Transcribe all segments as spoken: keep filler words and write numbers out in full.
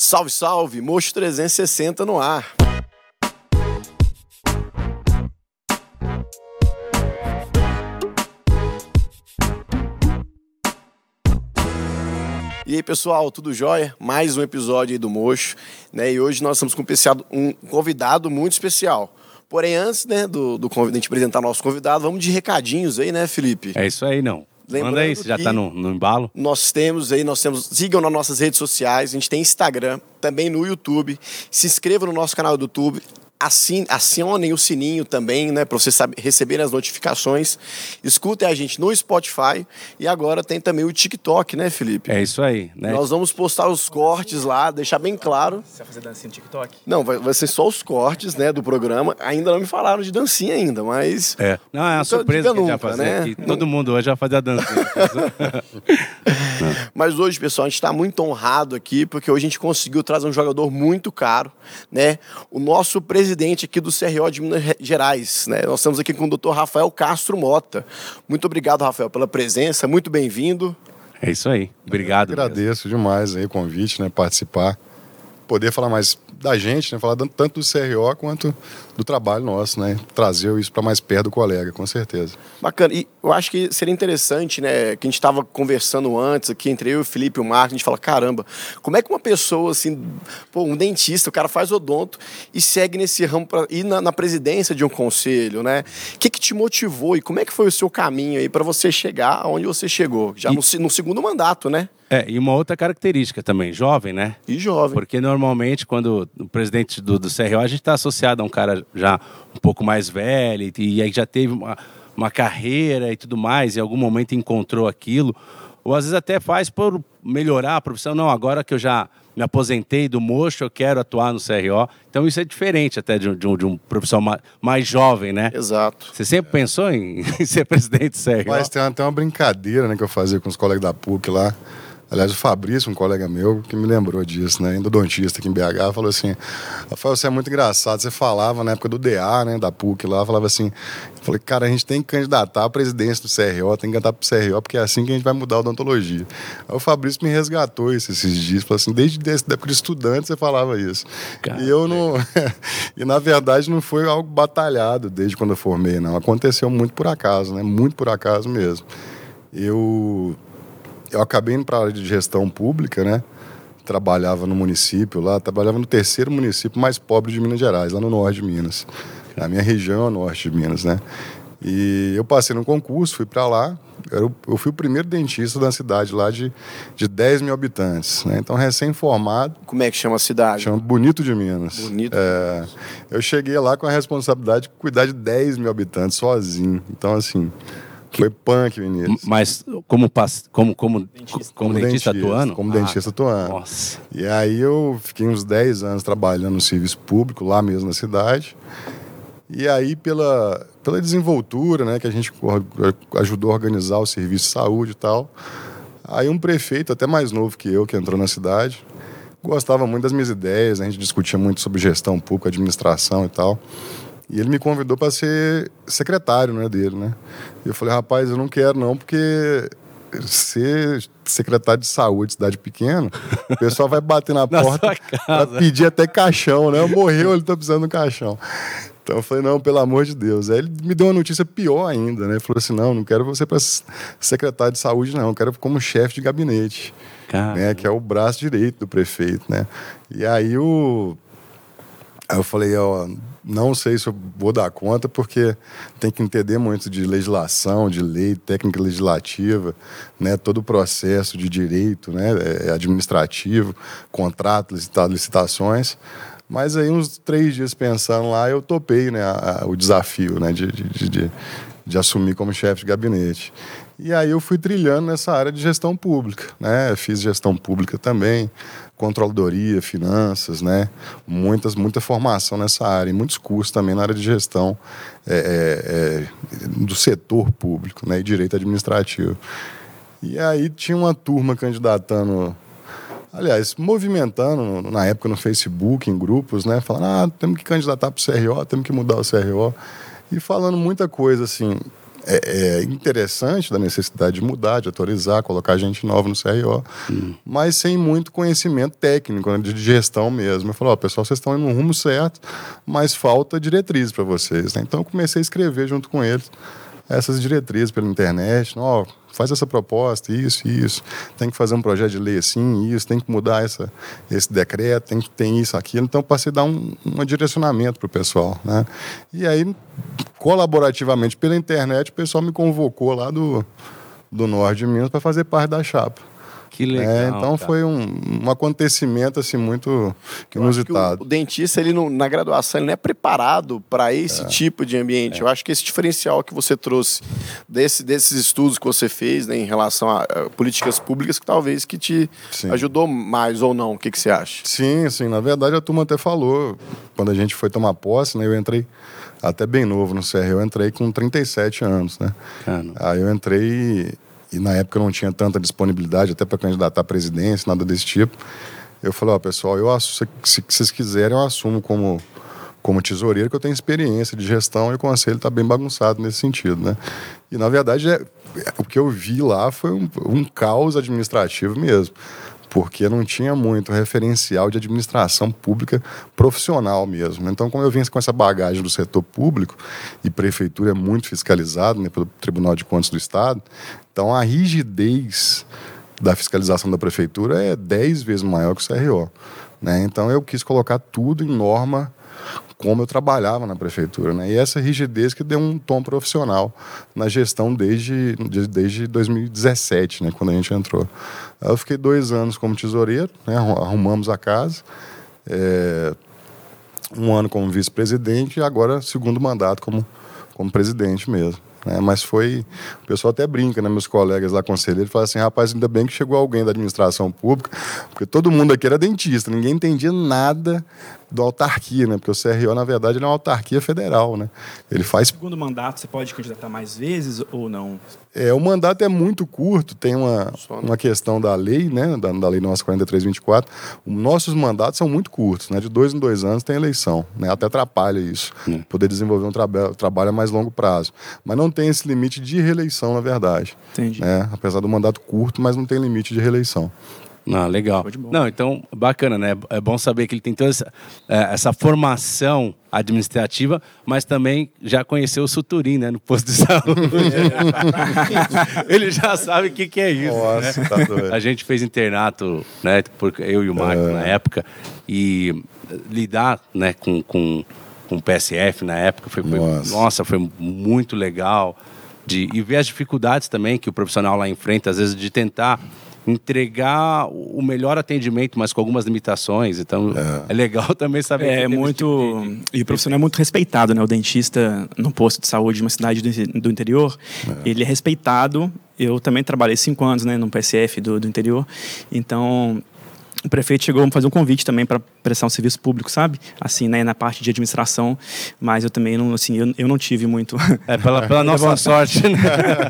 Salve, salve! Mocho trezentos e sessenta no ar. E aí, pessoal, tudo jóia? Mais um episódio aí do Mocho, né? E hoje nós estamos com um convidado muito especial. Porém, antes, né, do, do, de a gente apresentar nosso convidado, vamos de recadinhos aí, né, Felipe? É isso aí, não. Lembrando Manda aí, você já tá no, no embalo? Nós temos aí, nós temos, sigam nas nossas redes sociais, a gente tem Instagram, também no YouTube. Se inscrevam no nosso canal do YouTube. Assin, acionem o sininho também, né, para você saber, receber as notificações. Escutem a gente no Spotify e agora tem também o TikTok, né, Felipe? É isso aí, né? Nós vamos postar os cortes lá, deixar bem claro. Você vai fazer dancinha no TikTok? Não, vai, vai ser só os cortes, né, do programa. Ainda não me falaram de dancinha ainda, mas... É. Não, é uma surpresa que a gente vai fazer, né? Aqui. Todo mundo hoje vai fazer a dancinha. Mas hoje, pessoal, a gente está muito honrado aqui, porque hoje a gente conseguiu trazer um jogador muito caro, né? O nosso presidente aqui do C R O de Minas Gerais, né? Nós estamos aqui com o doutor Rafael Castro Mota. Muito obrigado, Rafael, pela presença, muito bem-vindo. É isso aí, obrigado. Eu agradeço mesmo. demais aí o convite, né? Participar, poder falar mais da gente, né? Falar tanto do C R O quanto do trabalho nosso, né? Trazer isso para mais perto do colega, com certeza. Bacana. E eu acho que seria interessante, né? Que a gente estava conversando antes aqui entre eu, o Felipe e o Marcos, a gente fala, caramba, como é que uma pessoa assim, pô, um dentista, o cara faz odonto e segue nesse ramo para ir na, na presidência de um conselho, né? O que que te motivou e como é que foi o seu caminho aí para você chegar aonde você chegou? Já e... no, no segundo mandato, né? É, e uma outra característica também, jovem, né? E jovem. Porque normalmente, quando o presidente do, do C R O, a gente está associado a um cara já um pouco mais velho, e, e aí já teve uma, uma carreira e tudo mais, e em algum momento encontrou aquilo, ou às vezes até faz por melhorar a profissão. Não, agora que eu já me aposentei do Mocho, eu quero atuar no C R O. Então isso é diferente até de um, de um, de um profissional mais, mais jovem, né? Exato. Você sempre pensou em, em ser presidente do C R O? Mas tem até uma brincadeira, né, que eu fazia com os colegas da P U C lá. Aliás, o Fabrício, um colega meu, que me lembrou disso, né? Endodontista aqui em B H, falou assim: Rafael, você é muito engraçado. Você falava na época do D A, né? Da P U C lá, falava assim. Eu falei, cara, a gente tem que candidatar à presidência do C R O, tem que candidatar pro C R O, porque é assim que a gente vai mudar a odontologia. Aí o Fabrício me resgatou isso esses dias. Falou assim: desde a época de estudante você falava isso. Cara, e eu não. E na verdade não foi algo batalhado desde quando eu formei, não. Aconteceu muito por acaso, né? Muito por acaso mesmo. Eu. Eu acabei indo para a área de gestão pública, né? Trabalhava no município lá, trabalhava no terceiro município mais pobre de Minas Gerais, lá no norte de Minas. Na minha região, norte de Minas, né? E eu passei no concurso, fui para lá. Eu, eu fui o primeiro dentista da cidade lá de, de dez mil habitantes, né? Então, recém-formado. Como é que chama a cidade? Chama Bonito de Minas. Bonito. É, eu cheguei lá com a responsabilidade de cuidar de dez mil habitantes sozinho. Então, assim... Foi punk o início. Mas como, como, como, dentista. como dentista atuando? Como dentista ah, atuando. Nossa. E aí eu fiquei uns dez anos trabalhando no serviço público, lá mesmo na cidade. E aí, pela, pela desenvoltura, né, que a gente ajudou a organizar o serviço de saúde e tal, aí um prefeito, até mais novo que eu, que entrou na cidade, gostava muito das minhas ideias, a gente discutia muito sobre gestão pública, administração e tal. E ele me convidou para ser secretário, né, dele, né? E eu falei, rapaz, eu não quero não, porque ser secretário de saúde, cidade pequena, o pessoal vai bater na, na porta para pedir até caixão, né? Eu morreu, ele tá precisando de um caixão. Então eu falei, não, pelo amor de Deus. Aí ele me deu uma notícia pior ainda, né? Ele falou assim, não, não quero você para secretário de saúde, não. Eu quero como chefe de gabinete, né? Que é o braço direito do prefeito, né? E aí o... Aí eu falei, ó, não sei se eu vou dar conta, porque tem que entender muito de legislação, de lei, técnica legislativa, né, todo o processo de direito, né, administrativo, contrato, licitações. Mas aí uns três dias pensando lá, eu topei, né, a, a, o desafio, né, de, de, de, de assumir como chefe de gabinete. E aí eu fui trilhando nessa área de gestão pública, né, fiz gestão pública também, controladoria, finanças, né? Muitas, muita formação nessa área e muitos cursos também na área de gestão é, é, do setor público, né? E direito administrativo. E aí tinha uma turma candidatando, aliás, movimentando na época no Facebook, em grupos, né? Falando, ah, temos que candidatar para o C R O, temos que mudar o C R O. E falando muita coisa assim, é, é interessante da necessidade de mudar, de atualizar, colocar gente nova no C R O, hum. mas sem muito conhecimento técnico, né, de gestão mesmo. Eu falei, ó, pessoal, vocês estão indo no rumo certo, mas falta diretrizes para vocês, né? Então eu comecei a escrever junto com eles essas diretrizes pela internet, ó, faz essa proposta, isso, isso, tem que fazer um projeto de lei assim, isso, tem que mudar essa, esse decreto, tem que ter isso, aquilo. Então, passei a dar um, um direcionamento para o pessoal, né? E aí, colaborativamente pela internet, o pessoal me convocou lá do, do norte de Minas para fazer parte da chapa. Que legal. É, então cara. foi um, um acontecimento assim muito inusitado. O, o dentista, ele não, na graduação, ele não é preparado para esse é. tipo de ambiente. É. Eu acho que esse diferencial que você trouxe desse, desses estudos que você fez, né, em relação a, a políticas públicas, que talvez que te sim. ajudou mais ou não. O que, que você acha? Sim, sim. Na verdade, a turma até falou, quando a gente foi tomar posse, né, eu entrei até bem novo no C R, eu entrei com trinta e sete anos, né? Caramba. Aí eu entrei e na época eu não tinha tanta disponibilidade até para candidatar à presidência, nada desse tipo. Eu falei, ó, pessoal, eu se, se vocês quiserem, eu assumo como, como tesoureiro, que eu tenho experiência de gestão e o conselho está bem bagunçado nesse sentido, né? E, na verdade, é, o que eu vi lá foi um, um caos administrativo mesmo, porque não tinha muito referencial de administração pública profissional mesmo. Então, como eu vim com essa bagagem do setor público, e prefeitura é muito fiscalizado, né, pelo Tribunal de Contas do Estado, então a rigidez da fiscalização da prefeitura é dez vezes maior que o C R O, né? Então, eu quis colocar tudo em norma como eu trabalhava na prefeitura, né? E essa rigidez que deu um tom profissional na gestão desde, desde dois mil e dezessete, né? Quando a gente entrou. Eu fiquei dois anos como tesoureiro, né? Arrumamos a casa, é, um ano como vice-presidente e agora segundo mandato como, como presidente mesmo. É, mas foi, o pessoal até brinca, né, meus colegas lá conselheiros, falam assim, rapaz, ainda bem que chegou alguém da administração pública, porque todo mundo aqui era dentista, ninguém entendia nada da autarquia, né, porque o C R O, na verdade, ele é uma autarquia federal, né, ele faz... Segundo mandato, você pode candidatar mais vezes ou não? É, o mandato é muito curto, tem uma, uma questão da lei, né, da, da lei nossa quarenta e três vinte e quatro, os nossos mandatos são muito curtos, né, de dois em dois anos tem eleição, né, até atrapalha isso, hum. poder desenvolver um traba- trabalho a mais longo prazo, mas não tem esse limite de reeleição, na verdade. Entendi. Né, apesar do mandato curto, mas não tem limite de reeleição. Ah, legal. Não, então, bacana, né? É bom saber que ele tem toda essa, essa formação administrativa, mas também já conheceu o Suturim, né? No posto de saúde. Ele já sabe o que, que é isso. Nossa, né? Tá doido. A gente fez internato, né? Porque eu e o Marco é. na época, e lidar, né, com, com, com o P S F na época foi, foi, nossa. nossa, foi muito legal. De, e ver as dificuldades também que o profissional lá enfrenta, às vezes, de tentar entregar o melhor atendimento, mas com algumas limitações. Então, é, é legal também saber... É muito... De... E o profissional é muito respeitado, né? O dentista no posto de saúde de uma cidade do, do interior, é. ele é respeitado. Eu também trabalhei cinco anos, né, no P S F do, do interior. Então... O prefeito chegou a me fazer um convite também para prestar um serviço público, sabe? Assim, né, na parte de administração, mas eu também não, assim, eu, eu não tive muito... É, pela, pela nossa sorte, né?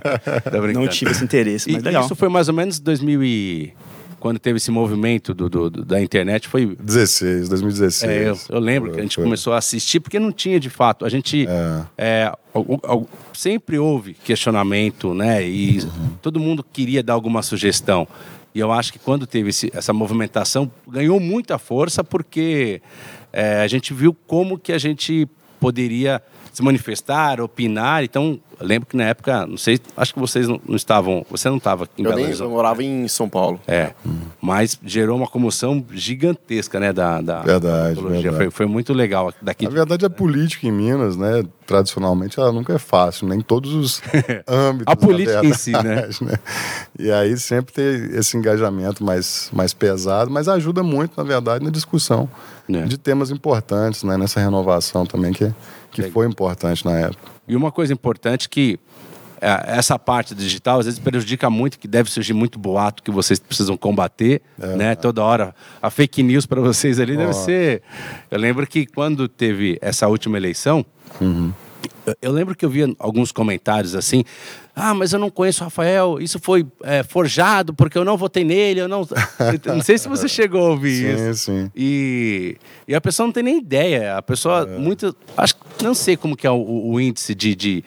Não tive esse interesse, mas e, legal. Isso foi mais ou menos dois mil e... Quando teve esse movimento do, do, do, da internet, foi... dezesseis, dois mil e dezesseis. É, eu, eu lembro foi, que a gente foi. começou a assistir, porque não tinha, de fato. A gente... É. É, sempre houve questionamento, né? E uhum. todo mundo queria dar alguma sugestão. E eu acho que quando teve esse, essa movimentação, ganhou muita força, porque é, a gente viu como que a gente poderia se manifestar, opinar. Então, eu lembro que na época, não sei, acho que vocês não, não estavam... Você não estava aqui em Belo Horizonte. Eu morava em São Paulo. É, hum. mas gerou uma comoção gigantesca, né? Da, da verdade, verdade. Foi, foi muito legal. Daqui Na verdade, a política em Minas, né, tradicionalmente, ela nunca é fácil, nem em todos os âmbitos. A política em si, né? né? E aí sempre ter esse engajamento mais, mais pesado, mas ajuda muito, na verdade, na discussão é. de temas importantes, né, nessa renovação também, que, que foi importante na época. E uma coisa importante que é, essa parte digital às vezes prejudica muito, que deve surgir muito boato que vocês precisam combater, é, né? É. Toda hora a fake news para vocês ali deve Nossa. ser... Eu lembro que quando teve essa última eleição, uhum. eu, eu lembro que eu via alguns comentários assim, ah, mas eu não conheço o Rafael, isso foi é, forjado porque eu não votei nele, eu não... Não sei se você chegou a ouvir sim, isso. Sim, sim. E, e a pessoa não tem nem ideia, a pessoa, é. muito, acho, não sei como que é o, o índice de, de,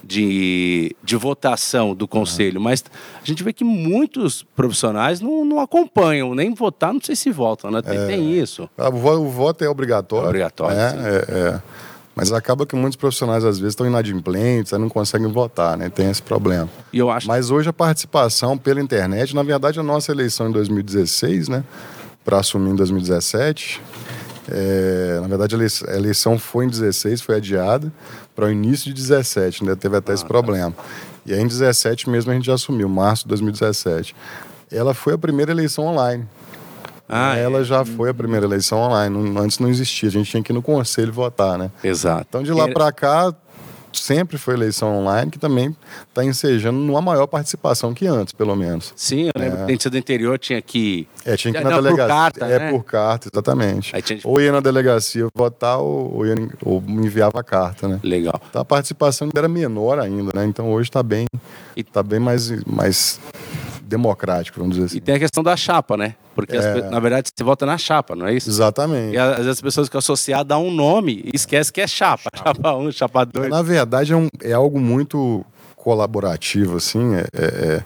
de, de votação do conselho, uhum. mas a gente vê que muitos profissionais não, não acompanham, nem votar, não sei se votam, né? Tem, é, tem isso. O voto é obrigatório. É obrigatório, né? é, é. Mas acaba que muitos profissionais, às vezes, estão inadimplentes, não conseguem votar, né? Tem esse problema. E eu acho... Mas hoje a participação pela internet, na verdade, a nossa eleição em dois mil e dezesseis, né? Para assumir em dois mil e dezessete, é... na verdade, a eleição foi em dezesseis, foi adiada para o início de dezessete, né? Teve até ah, esse problema. Tá. E aí, em dezessete mesmo, a gente já assumiu, março de dois mil e dezessete. Ela foi a primeira eleição online. Ah, ela é. já foi a primeira eleição online, não, antes não existia, a gente tinha que ir no conselho votar, né? Exato. Então de lá para cá, sempre foi eleição online, que também está ensejando numa maior participação que antes, pelo menos. Sim, eu lembro é. que dentro do interior tinha que... É, tinha que ir na não, delegacia. Por carta, é, né? por carta, exatamente. Aí tinha... Ou ia na delegacia votar, ou, ou, ia, ou enviava a carta, né? Legal. Então a participação era menor ainda, né? Então hoje está bem, e... tá bem mais... mais democrático, vamos dizer assim. E tem a questão da chapa, né? Porque, é. as, na verdade, você vota na chapa, não é isso? Exatamente. E às vezes as pessoas que associam dão um nome e esquecem que é chapa. Chapa um, chapa dois. Na verdade, é, um, é algo muito colaborativo, assim, é, é, é,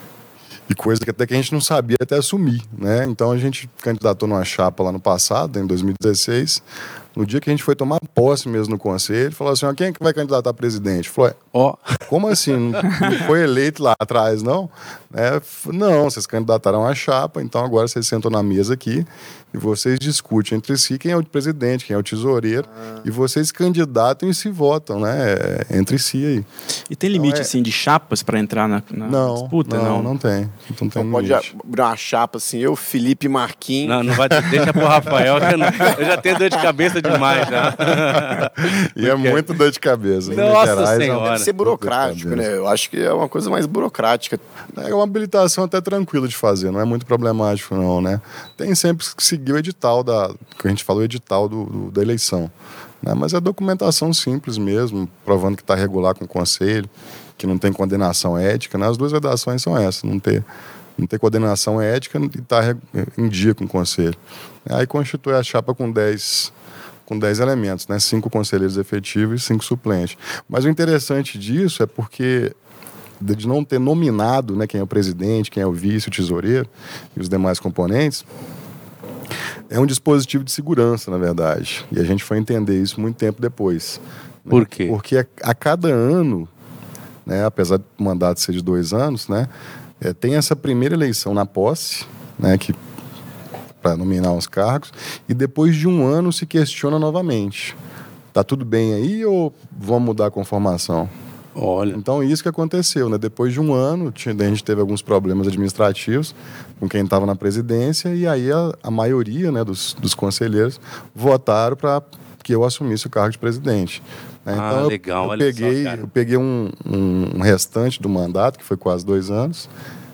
e coisa que até que a gente não sabia até assumir, né? Então, a gente candidatou numa chapa lá no passado, em dois mil e dezesseis. No dia que a gente foi tomar posse mesmo no conselho, falou assim, ó, quem é que vai candidatar a presidente? Falou, ó, oh. como assim? Não, não foi eleito lá atrás, não? É, não, vocês candidataram a chapa, então agora vocês sentam na mesa aqui e vocês discutem entre si quem é o presidente, quem é o tesoureiro, ah. e vocês candidatam e se votam, né? Entre si aí. E tem limite, então, é... assim, de chapas para entrar na, na não, disputa? Não, não, não tem. Então, então tem pode abrir uma chapa assim, eu, Felipe e Marquinhos. Não, não vai, deixa pro Rafael, que eu, não, eu já tenho dor de cabeça demais já. E é muito dor de cabeça. Nossa Gerais, Senhora. Deve ser burocrático, né? Eu acho que é uma coisa mais burocrática. É uma habilitação até tranquila de fazer, não é muito problemático não, né? Tem sempre que seguir o edital da, que a gente falou, o edital do, do, da eleição, né? Mas é documentação simples mesmo, provando que está regular com o conselho, que não tem condenação ética, né? As duas vedações são essas, não ter, não ter condenação ética e estar tá em dia com o conselho. Aí constitui a chapa com dez com dez elementos, né? Cinco conselheiros efetivos e cinco suplentes. Mas o interessante disso é porque de não ter nominado, né, quem é o presidente, quem é o vice, o tesoureiro e os demais componentes, é um dispositivo de segurança, na verdade. E a gente foi entender isso muito tempo depois. Né? Por quê? Porque a, a cada ano, né, apesar do mandato ser de dois anos, né, é, tem essa primeira eleição na posse, né, que para nominar os cargos, e depois de um ano se questiona novamente. Tá tudo bem aí ou vamos mudar a conformação? Olha. Então, isso que aconteceu, né? Depois de um ano, tinha, a gente teve alguns problemas administrativos com quem estava na presidência, e aí a, a maioria, né, dos, dos conselheiros votaram para que eu assumisse o cargo de presidente. Né? Ah, então, legal. Eu, eu olha peguei, só, eu peguei um, um, um restante do mandato, que foi quase dois anos,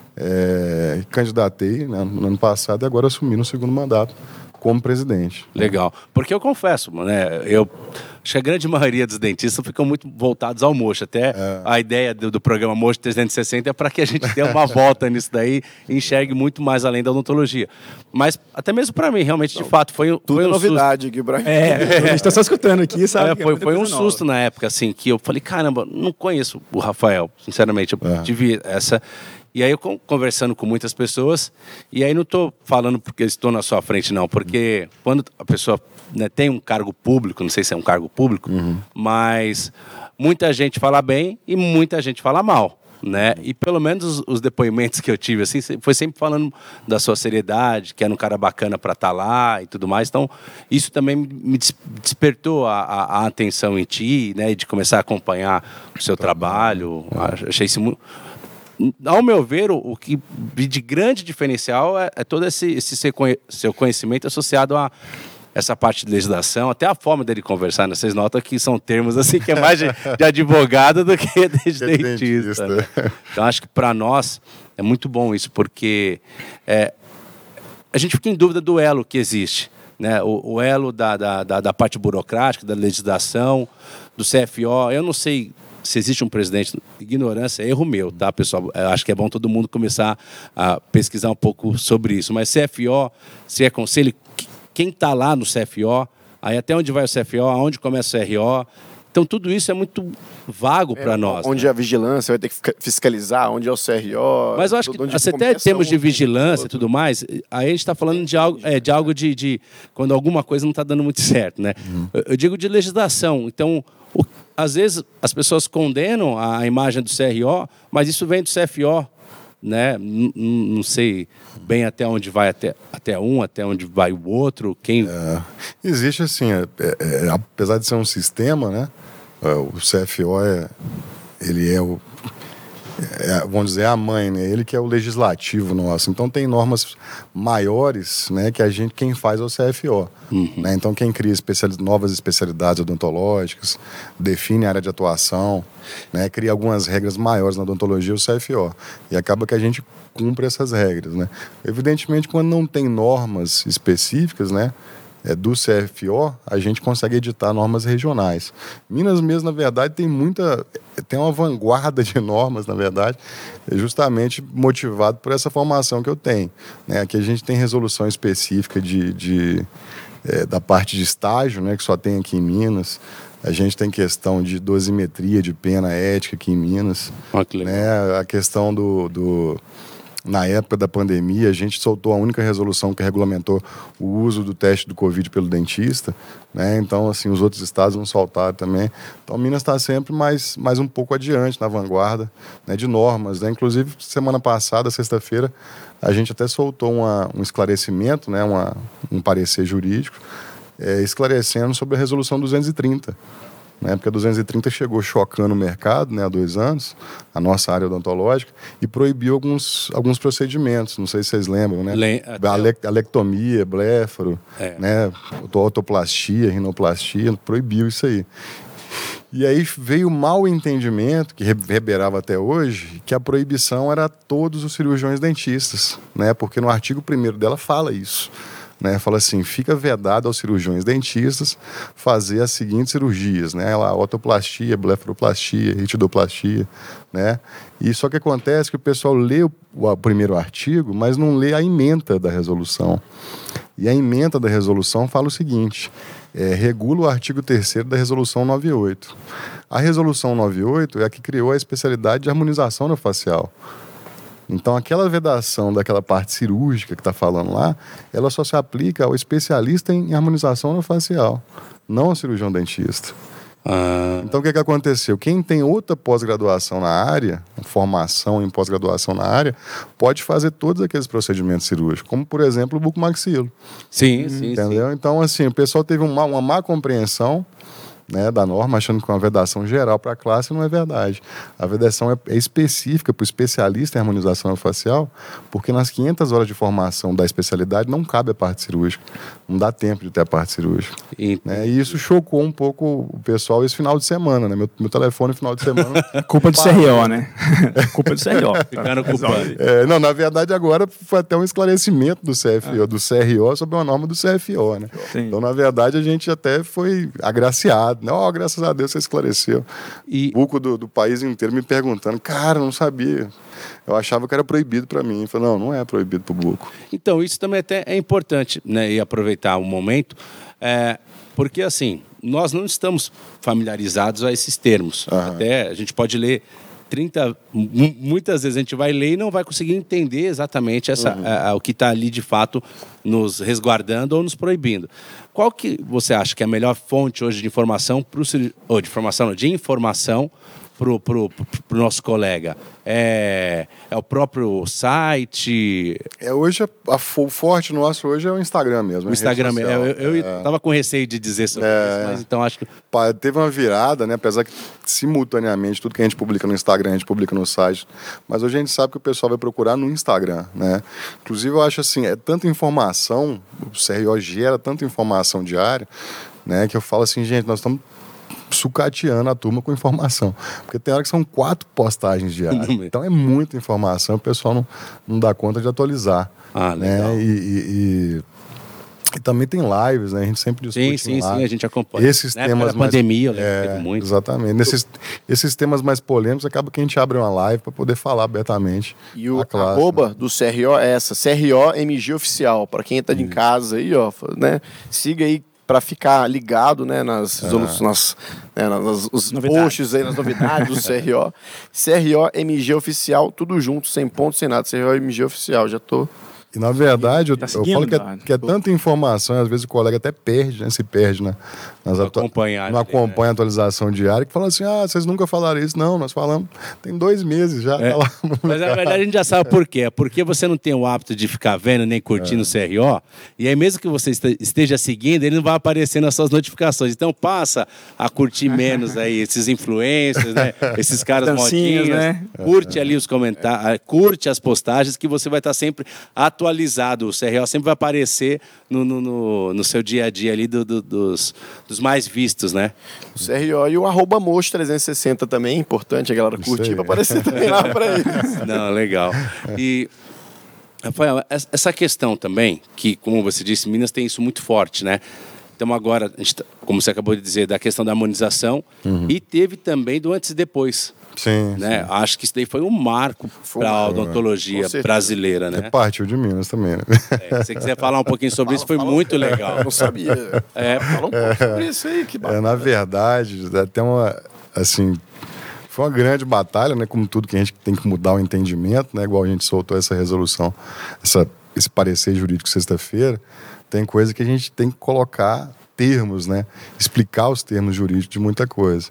é, candidatei, né, no ano passado, e agora assumi no segundo mandato como presidente. Legal. Porque eu confesso, né, eu acho que a grande maioria dos dentistas ficam muito voltados ao Mocho. Até é. a ideia do, do programa Mocho trezentos e sessenta é para que a gente dê uma volta nisso daí e enxergue muito mais além da odontologia. Mas até mesmo para mim, realmente, de fato, foi, Tudo foi um novidade aqui, Brian. É, a gente está só escutando aqui, sabe? É, foi foi um susto na época, assim, que eu falei, caramba, não conheço o Rafael, sinceramente. Eu é. tive essa... E aí eu conversando com muitas pessoas, e aí não estou falando porque estou na sua frente, não, porque quando a pessoa, né, tem um cargo público, não sei se é um cargo público, uhum. mas muita gente fala bem e muita gente fala mal, né? E pelo menos os, os depoimentos que eu tive, assim, foi sempre falando da sua seriedade, que era um cara bacana para estar lá e tudo mais. Então, isso também me despertou a, a, a atenção em ti, né? De começar a acompanhar o seu trabalho. Achei isso muito... Ao meu ver, o, o que de grande diferencial é, é todo esse, esse seu conhecimento associado a essa parte de legislação, até a forma dele conversar, né? Vocês notam que são termos assim que é mais de, de advogado do que de que dentista. Né? Então, acho que para nós é muito bom isso, porque é, a gente fica em dúvida do elo que existe. Né? O, o elo da, da, da, da parte burocrática, da legislação, do C F O. Eu não sei se existe um presidente, ignorância é erro meu, tá, pessoal? Eu acho que é bom todo mundo começar a pesquisar um pouco sobre isso. Mas C F O, se é conselho, quem está lá no C F O, aí até onde vai o C F O, aonde começa o C R O, Então, tudo isso é muito vago para É, nós. onde né? a vigilância vai ter que fica- fiscalizar, onde é o C R O. Mas eu acho que onde você até começa termos um, de vigilância e outro. tudo mais, aí a gente está falando de algo, é, de, algo de, de quando alguma coisa não está dando muito certo, né? Uhum. Eu, eu digo de legislação. Então, o, às vezes as pessoas condenam a imagem do C R O, mas isso vem do C F O, né? N- n- Não sei bem até onde vai até, até um, até onde vai o outro, quem... É, existe assim, é, é, é, apesar de ser um sistema, né? é, O C F O é, ele é o, é, vamos dizer, a mãe, né? Ele que é o legislativo nosso. Então tem normas maiores, né? Que a gente, quem faz é o C F O. Uhum. Né? Então quem cria especiali- novas especialidades odontológicas, define a área de atuação, né? Cria algumas regras maiores na odontologia, é o C F O. E acaba que a gente cumpre essas regras, né? Evidentemente, quando não tem normas específicas, né? É, do C F O, a gente consegue editar normas regionais. Minas mesmo, na verdade, tem muita... Tem uma vanguarda de normas, na verdade, justamente motivado por essa formação que eu tenho. Né? Aqui a gente tem resolução específica de, de, é, da parte de estágio, né, que só tem aqui em Minas. A gente tem questão de dosimetria de pena ética aqui em Minas. Olha que legal. Né? A questão do... do Na época da pandemia, a gente soltou a única resolução que regulamentou o uso do teste do Covid pelo dentista, né? Então, assim, os outros estados não soltaram também. Então, Minas está sempre mais, mais um pouco adiante, na vanguarda, né, de normas, né? Inclusive, semana passada, sexta-feira, a gente até soltou uma, um esclarecimento, né, uma, um parecer jurídico, é, esclarecendo sobre a resolução duzentos e trinta. Né, porque a duzentos e trinta chegou chocando o mercado, né, há dois anos, a nossa área odontológica, e proibiu alguns, alguns procedimentos, não sei se vocês lembram, né? Lem- Ale- alectomia, bléfaro, É. né, otoplastia, rinoplastia, proibiu isso aí. E aí veio o mau entendimento, que reverberava até hoje, que a proibição era a todos os cirurgiões dentistas, né, porque no artigo primeiro dela fala isso. Né, fala assim, fica vedado aos cirurgiões dentistas fazer as seguintes cirurgias, né, a otoplastia, blefaroplastia, ritidoplastia, né, e só que acontece que o pessoal lê o, o primeiro artigo, mas não lê a ementa da resolução, e a ementa da resolução fala o seguinte, é, regula o artigo terceiro da resolução noventa e oito. A resolução noventa e oito é a que criou a especialidade de harmonização orofacial. Então, aquela vedação daquela parte cirúrgica que está falando lá, ela só se aplica ao especialista em harmonização orofacial, não ao cirurgião dentista. Ah, Então, o que, que aconteceu? Quem tem outra pós-graduação na área, formação em pós-graduação na área, pode fazer todos aqueles procedimentos cirúrgicos, como, por exemplo, o bucomaxilo. sim, sim, Entendeu? sim. Então, assim, o pessoal teve uma, uma má compreensão, né, da norma, achando que uma vedação geral para a classe não é verdade. A vedação é, é específica para o especialista em harmonização facial, porque nas quinhentas horas de formação da especialidade não cabe a parte cirúrgica. Não dá tempo de ter a parte cirúrgica. E- Né? E isso chocou um pouco o pessoal esse final de semana. Né? Meu, meu telefone, final de semana... Culpa do C R O, né? Culpa do C R O. Ficaram culpados. É, não, na verdade, agora foi até um esclarecimento do C F O, do C R O sobre uma norma do C F O, né? Sim. Então, na verdade, a gente até foi agraciado. Né? Oh, graças a Deus você esclareceu. E- O buco do, do país inteiro me perguntando, cara, não sabia. Eu achava que era proibido para mim. Eu falei, não, não é proibido para o buco. Então, isso também até é importante, né? E aproveitar o momento, é, porque assim, nós não estamos familiarizados a esses termos. Aham. Até a gente pode ler trinta, mu- muitas vezes a gente vai ler e não vai conseguir entender exatamente essa, a- a- o que está ali de fato nos resguardando ou nos proibindo. Qual que você acha que é a melhor fonte hoje de informação pro, cir- ou de informação, não, de informação pro, pro, pro, pro nosso colega? É, é o próprio site? É, hoje, a, a, o forte nosso hoje é o Instagram mesmo. O Instagram, rede eu, social. eu, eu tava com receio de dizer sobre É. isso, mas então acho que... Pa- Teve uma virada, né? Apesar que simultaneamente tudo que a gente publica no Instagram, a gente publica no site. Mas hoje a gente sabe que o pessoal vai procurar no Instagram, né? Inclusive, eu acho assim, é tanta informação, o C R O gera tanta informação diária, né? Que eu falo assim, gente, nós estamos sucateando a turma com informação. Porque tem hora que são quatro postagens diárias. Então é muita informação, o pessoal não, não dá conta de atualizar. Ah, legal. Né? E, e- e- e também tem lives, né? A gente sempre discute Sim, sim, lá. sim, a gente acompanha. Esses Na época temas da mais... pandemia, eu lembro que é, teve muito. Exatamente. Nesses, esses temas mais polêmicos, acaba que a gente abre uma live para poder falar abertamente. E o a classe, arroba né? do C R O é essa, C R O M G Oficial. Para quem tá de em casa aí, ó, né? Siga aí para ficar ligado, né, nas resoluções, ah. nas, né, nas os posts aí, nas novidades do C R O. C R O M G Oficial, tudo junto, sem ponto, sem nada. C R O M G Oficial, já tô... E, na verdade, eu, tá eu falo que é, que é tanta informação, às vezes o colega até perde, né? Se perde, né? Nas não acompanha, não acompanha a atualização diária, que fala assim, ah, vocês nunca falaram isso. Não, nós falamos, tem dois meses já. É. Tá lá. Mas, na verdade, a gente já sabe por quê. É porque você não tem o hábito de ficar vendo nem curtindo é. o C R O, e aí mesmo que você esteja seguindo, ele não vai aparecer nas suas notificações. Então, passa a curtir menos aí esses influencers, né? Esses caras modinhos, né? Curte ali os comentários, curte as postagens, que você vai estar sempre atualizado. O C R O sempre vai aparecer no, no, no, no seu dia a dia ali do, do, dos, dos mais vistos, né? O C R O e o arroba Mocho trezentos e sessenta também, importante a galera curtir para aparecer também lá para eles. Não, legal. E, Rafael, essa questão também, que como você disse, Minas tem isso muito forte, né? Então agora, a gente, como você acabou de dizer, da questão da harmonização, uhum. e teve também do antes e depois. Sim, né? sim. Acho que isso daí foi um marco para a odontologia brasileira, né? É partiu de Minas também, né? É, se você quiser falar um pouquinho sobre fala, isso, foi fala, muito legal. Eu não sabia. É, fala um pouco sobre isso aí, que bacana. É, na verdade, até uma, assim, foi uma grande batalha, né? Como tudo que a gente tem que mudar o entendimento, né? Igual a gente soltou essa resolução, essa, esse parecer jurídico sexta-feira, tem coisa que a gente tem que colocar termos, né? Explicar os termos jurídicos de muita coisa.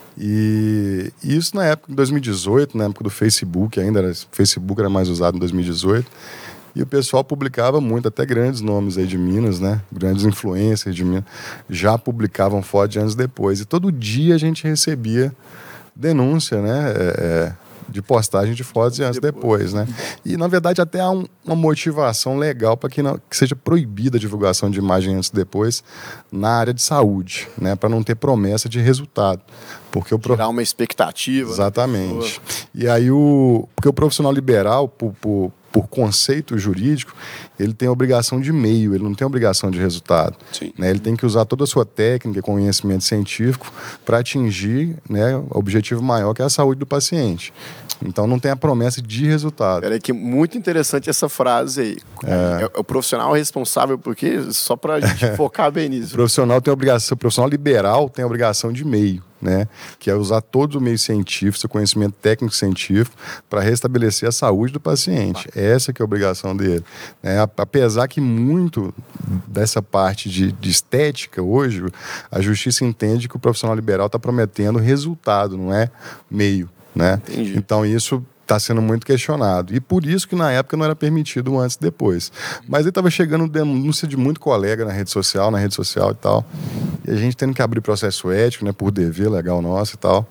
E isso na época de dois mil e dezoito, na época do Facebook, ainda era, Facebook era mais usado em dois mil e dezoito, e o pessoal publicava muito, até grandes nomes aí de Minas, né? Grandes influencers de Minas, já publicavam foto de anos depois. E todo dia a gente recebia denúncia, né? É, é, de postagem de fotos de anos depois, né? E, na verdade, até há um, uma motivação legal para que, que seja proibida a divulgação de imagem antes e depois na área de saúde, né? Para não ter promessa de resultado. Porque o pro... Tirar uma expectativa. Exatamente. Né? E aí, o... porque o profissional liberal, por, por, por conceito jurídico, ele tem a obrigação de meio, ele não tem a obrigação de resultado. Sim. Né? Ele tem que usar toda a sua técnica, conhecimento científico para atingir, né, o objetivo maior, que é a saúde do paciente. Então não tem a promessa de resultado. Peraí, que muito interessante essa frase aí. É, é o profissional responsável por quê? Só para a gente focar bem nisso. O profissional tem a obrigação, o profissional liberal tem a obrigação de meio, né? Que é usar todo o meio científico, seu conhecimento técnico científico, para restabelecer a saúde do paciente. Ah. Essa que é a obrigação dele. É, apesar que muito dessa parte de, de estética hoje, a justiça entende que o profissional liberal está prometendo resultado, não é meio. Né? Então isso está sendo muito questionado. E por isso que na época não era permitido o antes e depois. Mas aí estava chegando denúncia de muito colega na rede social, na rede social e tal. E a gente tendo que abrir processo ético, né, por dever legal nosso e tal.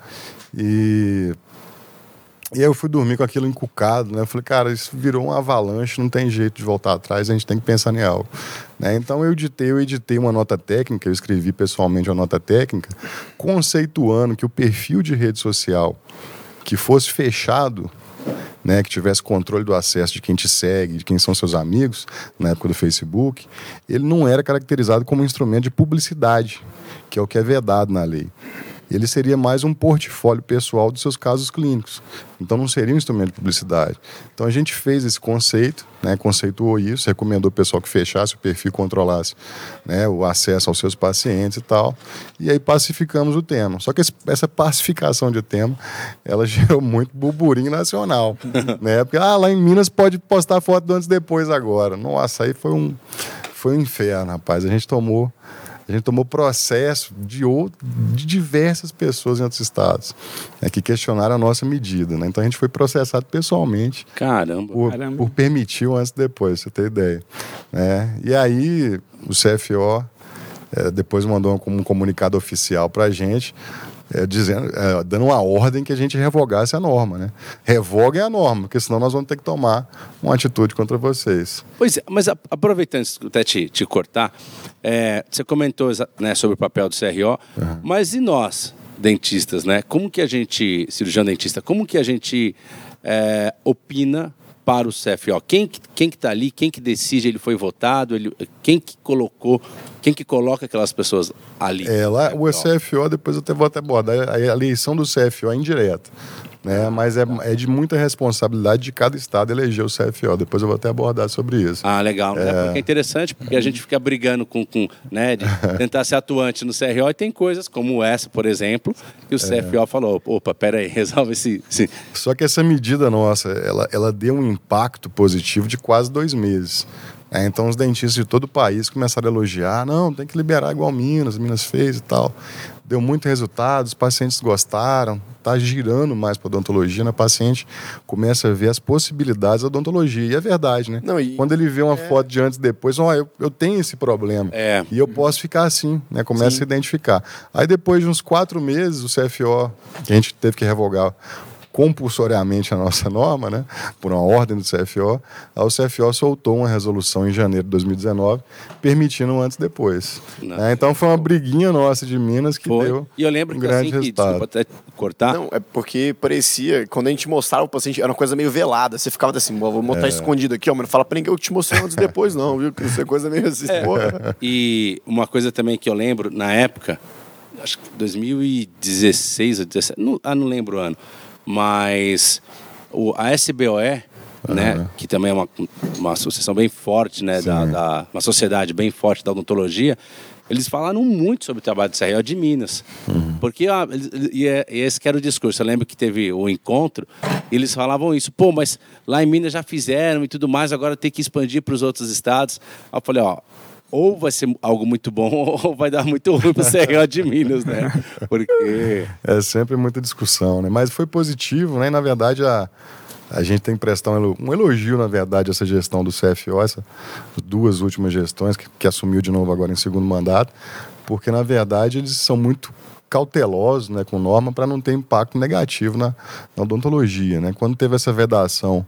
E... E aí eu fui dormir com aquilo encucado, né? Eu falei, cara, isso virou uma avalanche, não tem jeito de voltar atrás, a gente tem que pensar em algo. Né? Então eu editei, eu editei uma nota técnica, eu escrevi pessoalmente uma nota técnica, conceituando que o perfil de rede social que fosse fechado, né, que tivesse controle do acesso de quem te segue, de quem são seus amigos, na época do Facebook, ele não era caracterizado como um instrumento de publicidade, que é o que é vedado na lei. Ele seria mais um portfólio pessoal dos seus casos clínicos. Então não seria um instrumento de publicidade. Então a gente fez esse conceito, né, conceituou isso, recomendou o pessoal que fechasse o perfil, controlasse, né, o acesso aos seus pacientes e tal. E aí pacificamos o tema. Só que esse, essa pacificação de tema, ela gerou muito burburinho nacional. Né? Porque ah, lá em Minas pode postar foto do antes e depois agora. Nossa, aí foi um, foi um inferno, rapaz. A gente tomou... A gente tomou processo de, outro, de diversas pessoas em outros estados, né, que questionaram a nossa medida. Né? Então a gente foi processado pessoalmente. Caramba, por, caramba. por permitir o antes e depois, pra você ter ideia. Né? E aí o C F O é, depois mandou um, um comunicado oficial para a gente, é, dizendo, é, dando uma ordem que a gente revogasse a norma. Né? Revoguem a norma, porque senão nós vamos ter que tomar uma atitude contra vocês. Pois é, mas aproveitando até te, te cortar, é, você comentou, né, sobre o papel do C R O, uhum. Mas e nós, dentistas, né? Como que a gente, cirurgião dentista, como que a gente é, opina para o C F O? Quem quem que está ali, quem que decide, ele foi votado, ele, quem que colocou, quem que coloca aquelas pessoas ali? É, lá o C F O, depois eu até vou até abordar, a eleição do C F O é indireta. né? Mas é, é de muita responsabilidade de cada estado eleger o C F O. Depois eu vou até abordar sobre isso. Ah, legal. É, porque é interessante, porque a gente fica brigando com, com né, de tentar ser atuante no C R O e tem coisas como essa, por exemplo, que o C F O é. falou, opa, peraí, resolve esse, esse... Só que essa medida nossa, ela, ela deu um impacto positivo de quase dois meses. É, então os dentistas de todo o país começaram a elogiar, não, tem que liberar igual Minas, Minas fez e tal. Deu muito resultado, os pacientes gostaram, está girando mais para odontologia, né? O paciente começa a ver as possibilidades da odontologia, e é verdade, né? Não, e... Quando ele vê uma é... foto de antes e depois, ó, eu, eu tenho esse problema, é. e eu posso ficar assim, né? Começa Sim. a se identificar. Aí depois de uns quatro meses, o C F O, que a gente teve que revogar compulsoriamente a nossa norma, né, por uma ordem do C F O, o C F O soltou uma resolução em janeiro de dois mil e dezenove, permitindo um antes e depois. Né? Então foi uma briguinha nossa de Minas que foi. deu E eu lembro um que grande assim, resultado. Que, desculpa até cortar. Não, é porque parecia, quando a gente mostrava o paciente, era uma coisa meio velada. Você ficava assim, vou botar é. escondido aqui, ó, mas não fala pra ninguém que eu te mostrei antes e depois, não, viu? Isso é coisa meio assim, é. porra. E uma coisa também que eu lembro, na época, acho que dois mil e dezesseis ou dezessete, não, ah, não lembro o ano, mas o, a S B O E, uhum. né, que também é uma, uma associação bem forte, né, da, da, uma sociedade bem forte da odontologia, eles falaram muito sobre o trabalho do C R O de Minas. Uhum. Porque, ah, e, e esse que era o discurso. Eu lembro que teve o encontro, e eles falavam isso. Pô, mas lá em Minas já fizeram e tudo mais, agora tem que expandir para os outros estados. Aí eu falei, ó, ou vai ser algo muito bom ou vai dar muito ruim para o C R O de Minas, né? Porque... É sempre muita discussão, né? Mas foi positivo, né? E, na verdade, a, a gente tem que prestar um, um elogio, na verdade, a essa gestão do C F O, essas duas últimas gestões, que, que assumiu de novo agora em segundo mandato, porque, na verdade, eles são muito cautelosos, né, com norma para não ter impacto negativo na, na odontologia, né? Quando teve essa vedação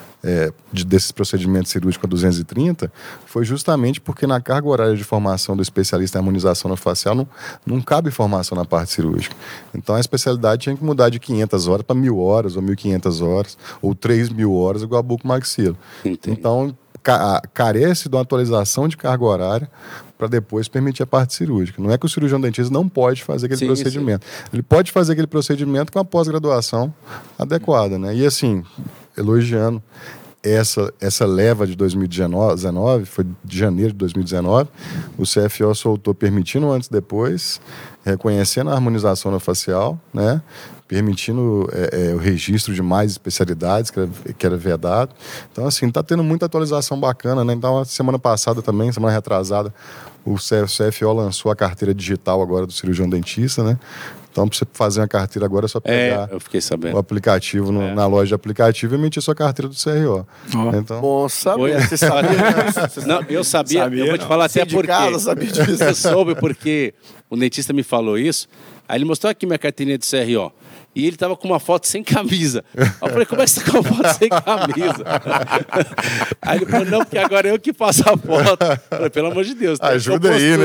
É, de, desses procedimentos cirúrgicos a duzentos e trinta, foi justamente porque na carga horária de formação do especialista em harmonização facial não, não cabe formação na parte cirúrgica. Então a especialidade tinha que mudar de quinhentas horas para mil horas, ou mil e quinhentas horas, ou três mil horas, igual a bucomaxilo. Então ca carece de uma atualização de carga horária para depois permitir a parte cirúrgica. Não é que o cirurgião dentista não pode fazer aquele sim, procedimento. Sim. Ele pode fazer aquele procedimento com a pós-graduação adequada, né? E assim, elogiando essa, essa leva de dois mil e dezenove, foi de janeiro de dois mil e dezenove, o C F O soltou permitindo antes e depois, reconhecendo a harmonização facial, né? Permitindo é, é, o registro de mais especialidades que era, que era vedado. Então, assim, está tendo muita atualização bacana, né? Então, semana passada também, semana retrasada, o C F O lançou a carteira digital agora do cirurgião dentista, né? Então, para você fazer uma carteira agora, é só pegar é, eu fiquei sabendo. o aplicativo no, é. na loja de aplicativo e emitir sua carteira do C R O. Oh. Então, bom saber. Você sabia? Não, eu sabia, sabia, eu vou te falar até porque... Casa, sabia disso. Eu soube porque o dentista me falou isso, aí ele mostrou aqui minha carteirinha do C R O. E ele tava com uma foto sem camisa. Aí eu falei, como é que você tá com uma foto sem camisa? Aí ele falou, não, porque agora eu que faço a foto. Eu falei, pelo amor de Deus. Ajuda aí, né?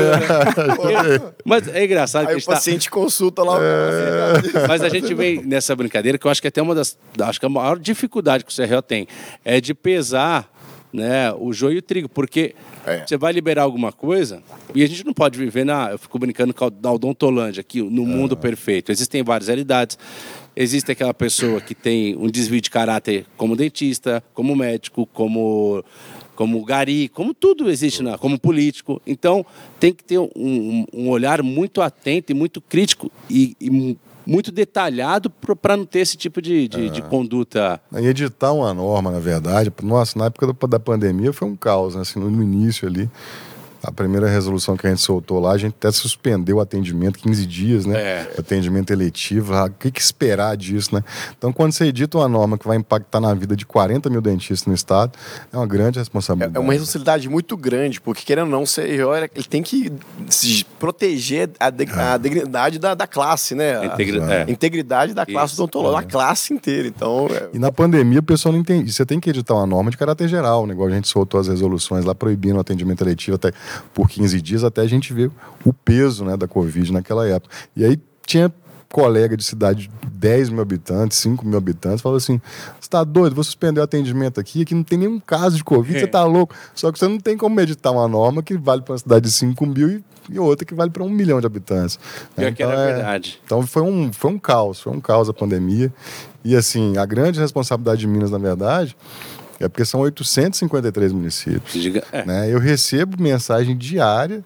Porque, mas é engraçado. Aí que o paciente tá... consulta lá. É... Mas a gente vem nessa brincadeira, que eu acho que até uma das... Acho que a maior dificuldade que o C R O tem é de pesar, né, o joio e o trigo. Porque... É. Você vai liberar alguma coisa e a gente não pode viver na... Eu fico brincando com a odontolândia aqui, no mundo ah. perfeito. Existem várias realidades. Existe aquela pessoa que tem um desvio de caráter como dentista, como médico, como, como gari, como tudo existe, na, como político. Então, tem que ter um, um olhar muito atento e muito crítico e, e muito detalhado para não ter esse tipo de, de, é. de conduta. E editar uma norma, na verdade, nossa, na época da pandemia foi um caos, né? Assim, no início ali, a primeira resolução que a gente soltou lá, a gente até suspendeu o atendimento, quinze dias, né? É. Atendimento eletivo, o que, que esperar disso, né? Então, quando você edita uma norma que vai impactar na vida de quarenta mil dentistas no estado, é uma grande responsabilidade. É uma responsabilidade muito grande, porque, querendo ou não, o C R O, ele tem que se proteger a, de, a dignidade da, da classe, né? A Integri é. integridade da classe odontológica, é. a classe inteira. Então, é... E na pandemia, o pessoal não entende. Você tem que editar uma norma de caráter geral, né? Igual a gente soltou as resoluções lá proibindo o atendimento eletivo até por quinze dias, até a gente ver o peso, né, da Covid naquela época. E aí tinha colega de cidade de dez mil habitantes, cinco mil habitantes, fala assim, você tá doido, vou suspender o atendimento aqui, aqui não tem nenhum caso de Covid, é. Você tá louco. Só que você não tem como editar uma norma que vale para uma cidade de cinco mil e, e outra que vale para um milhão de habitantes. Pior então, que era é, verdade. Então foi um, foi um caos, foi um caos a pandemia. E assim, a grande responsabilidade de Minas, na verdade, é porque são oitocentos e cinquenta e três municípios. Diga, é. Né? Eu recebo mensagem diária,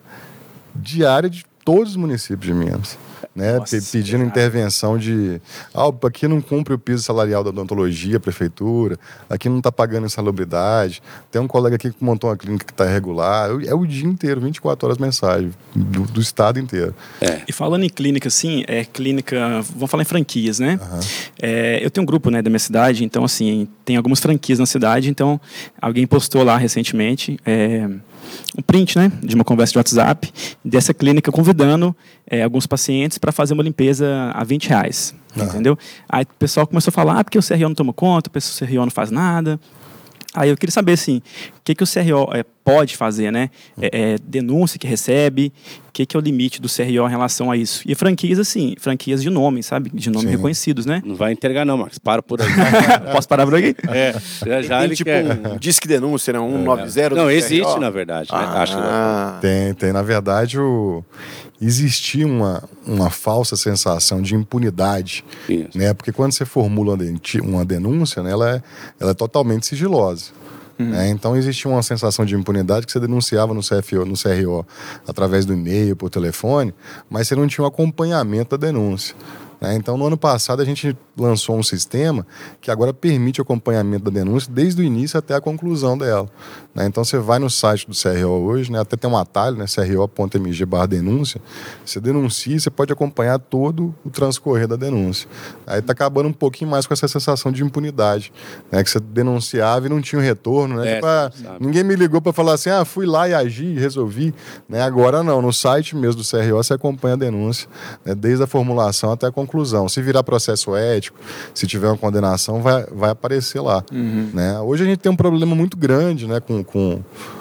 diária de todos os municípios de Minas. Né, Nossa, pedindo é intervenção de ah, aqui não cumpre o piso salarial da odontologia, prefeitura, aqui não está pagando insalubridade, tem um colega aqui que montou uma clínica que está irregular, é o dia inteiro, vinte e quatro horas mensagem, do, do estado inteiro. É. E falando em clínica, assim, é clínica, vamos falar em franquias, né? Uhum. É, eu tenho um grupo, né, da minha cidade, então assim, tem algumas franquias na cidade, então alguém postou lá recentemente, é, um print, né, de uma conversa de WhatsApp dessa clínica convidando é, alguns pacientes para fazer uma limpeza a vinte reais, uhum. Entendeu? Aí o pessoal começou a falar, ah, porque o C R O não toma conta, o C R O não faz nada. Aí eu queria saber, assim, o que, que o C R O é, pode fazer, né? É, é, denúncia que recebe, o que, que é o limite do C R O em relação a isso? E franquias, assim, franquias de nome, sabe? De nome Sim. reconhecidos, né? Não vai entregar não, Marcos. Para por aí. Posso parar por aqui? É, já, já tem tipo quer... um disque denúncia, né? um nove zero Não, existe, na verdade. Ah, né? Acho ah. Tem, tem. Na verdade, o... existia uma, uma falsa sensação de impunidade, Isso. né? Porque quando você formula uma denúncia, né, ela, é, ela é totalmente sigilosa. Uhum. Né? Então existia uma sensação de impunidade que você denunciava no C F O, no C R O através do e-mail, por telefone, mas você não tinha um acompanhamento da denúncia. Né? Então, no ano passado, a gente lançou um sistema que agora permite o acompanhamento da denúncia desde o início até a conclusão dela. Né? Então, você vai no site do C R O hoje, né? Até tem um atalho, né? C R O ponto M G barra denúncia. Você denuncia, você pode acompanhar todo o transcorrer da denúncia. Aí está acabando um pouquinho mais com essa sensação de impunidade, né? Que você denunciava e não tinha um retorno. Né? É, tipo, ah, ninguém me ligou para falar assim, ah, fui lá e agi, resolvi. Né? Agora não, no site mesmo do C R O você acompanha a denúncia, né? Desde a formulação até a conclusão. Se virar processo ético, se tiver uma condenação, vai, vai aparecer lá. Uhum. Né? Hoje a gente tem um problema muito grande, né, com, com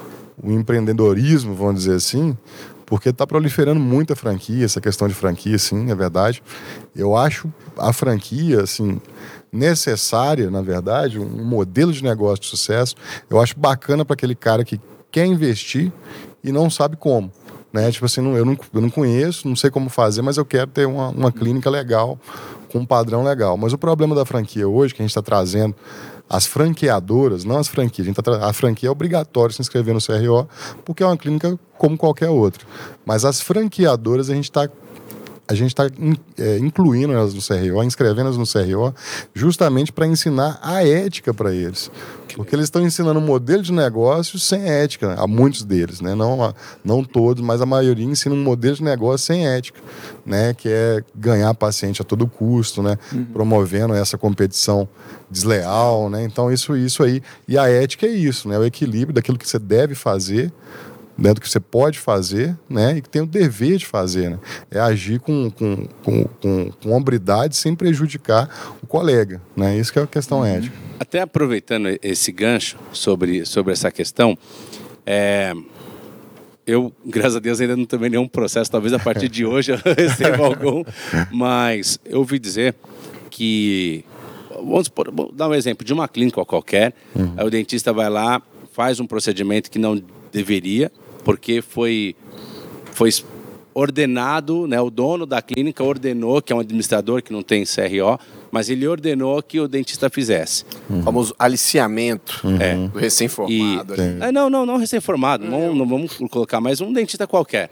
o empreendedorismo, vamos dizer assim, porque está proliferando muita franquia, essa questão de franquia, sim, é verdade. Eu acho a franquia, assim, necessária, na verdade, um modelo de negócio de sucesso. Eu acho bacana para aquele cara que quer investir e não sabe como. Né? Tipo assim, eu não, eu não conheço, não sei como fazer, mas eu quero ter uma, uma clínica legal, com um padrão legal. Mas o problema da franquia hoje, que a gente está trazendo, as franqueadoras, não as franquias, a, gente tá tra... a franquia é obrigatório se inscrever no C R O, porque é uma clínica como qualquer outra. Mas as franqueadoras, a gente está a gente está é, incluindo elas no C R O, inscrevendo-as no C R O, justamente para ensinar a ética para eles. Porque eles estão ensinando um modelo de negócio sem ética, a muitos deles, né? Não, não todos, mas a maioria ensina um modelo de negócio sem ética, né? Que é ganhar paciente a todo custo, né? Uhum. Promovendo essa competição desleal, né? Então, isso, isso aí. E a ética é isso, né? O equilíbrio daquilo que você deve fazer, né, do que você pode fazer, né, e que tem o dever de fazer, né, é agir com, com, com, com, com hombridade sem prejudicar o colega, né, isso que é a questão uhum. ética. Até aproveitando esse gancho sobre, sobre essa questão, é, eu, graças a Deus, ainda não tomei nenhum processo, talvez a partir de hoje eu receba algum, mas eu ouvi dizer que, vamos supor, vou dar um exemplo de uma clínica qualquer, uhum. aí o dentista vai lá, faz um procedimento que não deveria, porque foi, foi ordenado, né, o dono da clínica ordenou, que é um administrador que não tem C R O, mas ele ordenou que o dentista fizesse. Uhum. O famoso aliciamento uhum. é, do recém-formado. E, é, não, não, não recém-formado, uhum. não, não vamos colocar mais um dentista qualquer.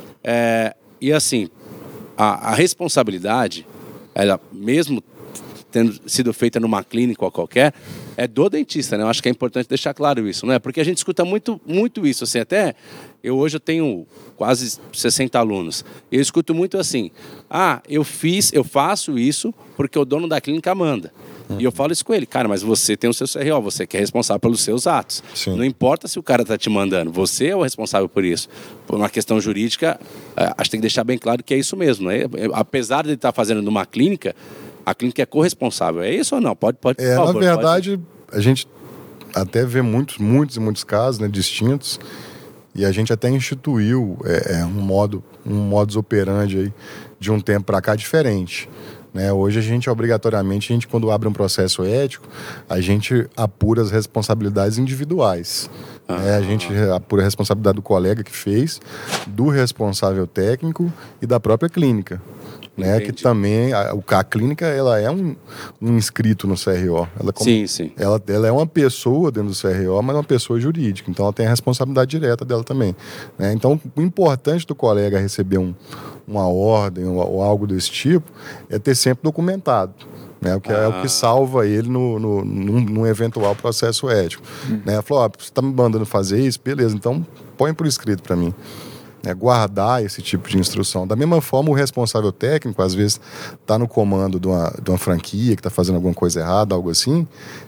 É, e assim, a, a responsabilidade, ela mesmo tendo sido feita numa clínica ou qualquer, é do dentista, né? Eu acho que é importante deixar claro isso, não é? Porque a gente escuta muito, muito isso, assim, até eu hoje eu tenho quase sessenta alunos, e eu escuto muito assim, ah, eu fiz, eu faço isso porque o dono da clínica manda. Uhum. E eu falo isso com ele, cara, mas você tem o seu C R O, você que é responsável pelos seus atos. Sim. Não importa se o cara está te mandando, você é o responsável por isso. Por uma questão jurídica, acho que tem que deixar bem claro que é isso mesmo, né? Apesar de ele estar fazendo numa clínica, a clínica é corresponsável. É isso ou não? Pode, pode, é, por favor, na verdade, pode. A gente até vê muitos, muitos e muitos casos, né, distintos, E a gente até instituiu é, um modo, um modus operandi aí de um tempo para cá diferente. Né? Hoje a gente, obrigatoriamente, a gente, quando abre um processo ético, a gente apura as responsabilidades individuais. Ah. Né? A gente apura a responsabilidade do colega que fez, do responsável técnico e da própria clínica. Né, que também a, a clínica ela é um, um inscrito no C R O. Ela, como, sim, sim. Ela, ela é uma pessoa dentro do C R O, mas é uma pessoa jurídica. Então ela tem a responsabilidade direta dela também. Né? Então o importante do colega receber um, uma ordem ou, ou algo desse tipo é ter sempre documentado. Né, o que ah. é o que salva ele no, no, num, num eventual processo ético. Hum. Né? Falou, oh, você está me mandando fazer isso? Beleza, então põe por escrito para mim. É, guardar esse tipo de instrução. Da mesma forma, o responsável técnico, às vezes, está no comando de uma, de uma franquia que está fazendo alguma coisa errada, algo assim.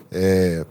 É,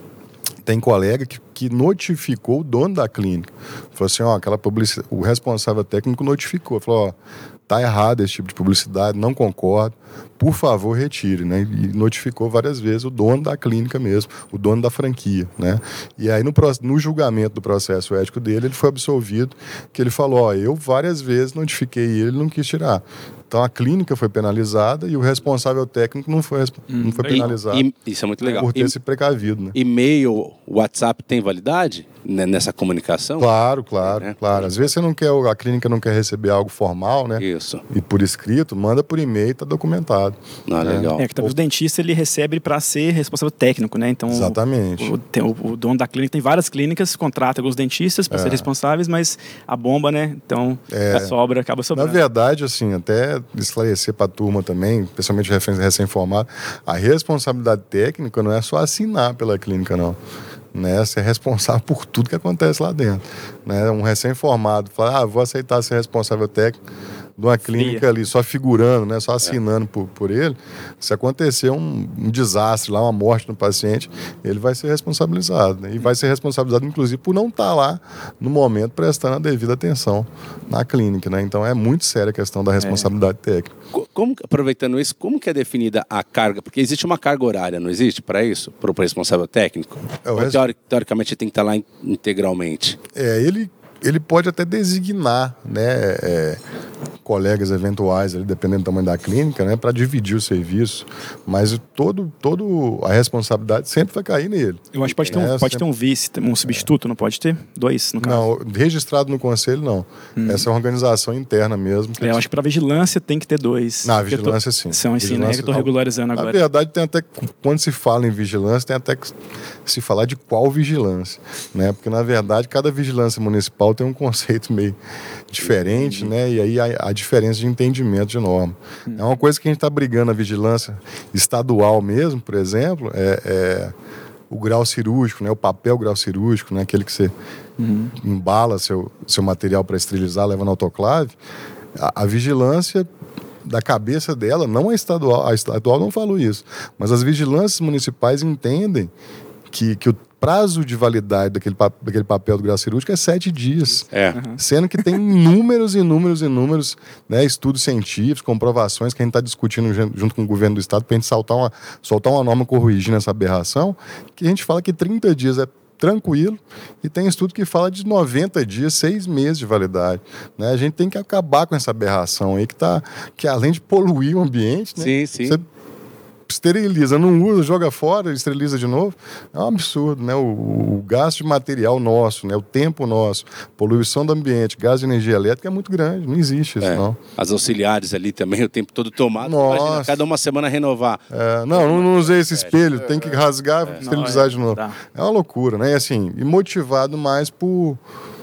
tem colega que, que notificou o dono da clínica. Falou assim, ó, aquela publicidade, o responsável técnico notificou. Falou, ó, tá errado esse tipo de publicidade, não concordo, por favor, retire, né? E notificou várias vezes o dono da clínica mesmo, o dono da franquia, né? E aí, no, no julgamento do processo ético dele, ele foi absolvido, que ele falou, ó, eu várias vezes notifiquei ele, ele não quis tirar. Então, a clínica foi penalizada e o responsável técnico não foi, não foi penalizado. E, e, isso é muito legal. Por ter e, se precavido, né? E-mail, WhatsApp tem validade nessa comunicação? Claro, claro, é. claro. Às vezes você não quer, a clínica não quer receber algo formal, né? Isso. E por escrito, manda por e-mail, tá documentado. Ah, né? legal. É que talvez o dentista ele recebe para ser responsável técnico, né? Então, exatamente. O, o, o dono da clínica tem várias clínicas, contrata alguns dentistas para é. ser responsáveis, mas a bomba, né? Então, é. a sobra acaba sobrando. Na verdade, assim, até esclarecer para a turma também, principalmente recém-formado, a responsabilidade técnica não é só assinar pela clínica, não. Né, ser responsável por tudo que acontece lá dentro. Né? Um recém-formado fala, ah, vou aceitar ser responsável técnico de uma clínica Fria. ali, só figurando, né, só assinando é. por, por ele. Se acontecer um, um desastre lá, uma morte no paciente, ele vai ser responsabilizado. Né? E vai ser responsabilizado, inclusive, por não estar lá no momento prestando a devida atenção na clínica. Né? Então, é muito séria a questão da responsabilidade é. técnica. Como, aproveitando isso, como que é definida a carga? Porque existe uma carga horária, não existe para isso? Para o responsável técnico? É, Ou, res... teoric, teoricamente, tem que estar lá integralmente? É, ele... ele pode até designar, né, é, colegas eventuais, ali, dependendo do tamanho da clínica, né, para dividir o serviço, mas todo, todo a responsabilidade sempre vai cair nele. Eu acho que pode ter um, é, pode sempre... ter um vice, um substituto, é. não pode ter? Dois, no caso? Não, registrado no conselho, não. Hum. Essa é uma organização interna mesmo. É, eu acho que para vigilância tem que ter dois. Na vigilância, tô... sim. São assim, né, que eu estou regularizando agora. Na verdade, tem até, quando se fala em vigilância, tem até que se falar de qual vigilância, né, porque, na verdade, cada vigilância municipal tem um conceito meio diferente, uhum. né? E aí a, a diferença de entendimento de norma. Uhum. É uma coisa que a gente está brigando, a vigilância estadual mesmo, por exemplo, é, é o grau cirúrgico, né? O papel grau cirúrgico, né? Aquele que você uhum. embala seu, seu material para esterilizar, leva na autoclave. A, a vigilância da cabeça dela, não a estadual, a estadual não falou isso, mas as vigilâncias municipais entendem que, que o prazo de validade daquele, daquele papel do grau cirúrgico é sete dias. É. Uhum. Sendo que tem inúmeros, inúmeros, inúmeros, né, estudos científicos, comprovações que a gente está discutindo junto com o governo do estado para a gente soltar uma, soltar uma norma corrigindo essa aberração, que a gente fala que trinta dias é tranquilo, e tem estudo que fala de noventa dias, seis meses de validade. Né? A gente tem que acabar com essa aberração aí que, tá, que além de poluir o ambiente, né, sim, sim. Você esteriliza, não usa, joga fora, esteriliza de novo. É um absurdo, né? O, o gasto de material nosso, né? O tempo nosso, poluição do ambiente, gasto de energia elétrica é muito grande, não existe isso, é. não. As auxiliares ali também, o tempo todo tomado, Nossa. Imagina, cada uma semana renovar. É, não, não, não usei esse espelho, tem que rasgar, é. esterilizar não, é, de novo. Tá. É uma loucura, né? E assim, e motivado mais por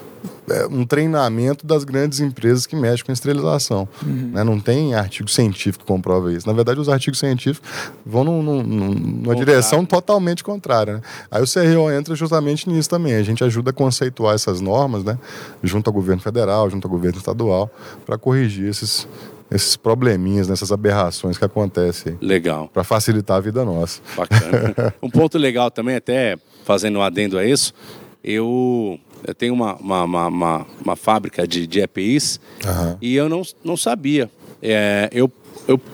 um treinamento das grandes empresas que mexem com esterilização. Uhum. Né? Não tem artigo científico que comprova isso. Na verdade, os artigos científicos vão num, num, numa direção totalmente contrária. Né? Aí o C R O entra justamente nisso também. A gente ajuda a conceituar essas normas, né? Junto ao governo federal, junto ao governo estadual, para corrigir esses, esses probleminhas, nessas aberrações que acontecem. Legal. Para facilitar a vida nossa. Bacana. Um ponto legal também, até fazendo um adendo a isso, eu... Eu tenho uma, uma, uma, uma, uma fábrica de, de E P Is uhum. e eu não, não sabia. É, eu, eu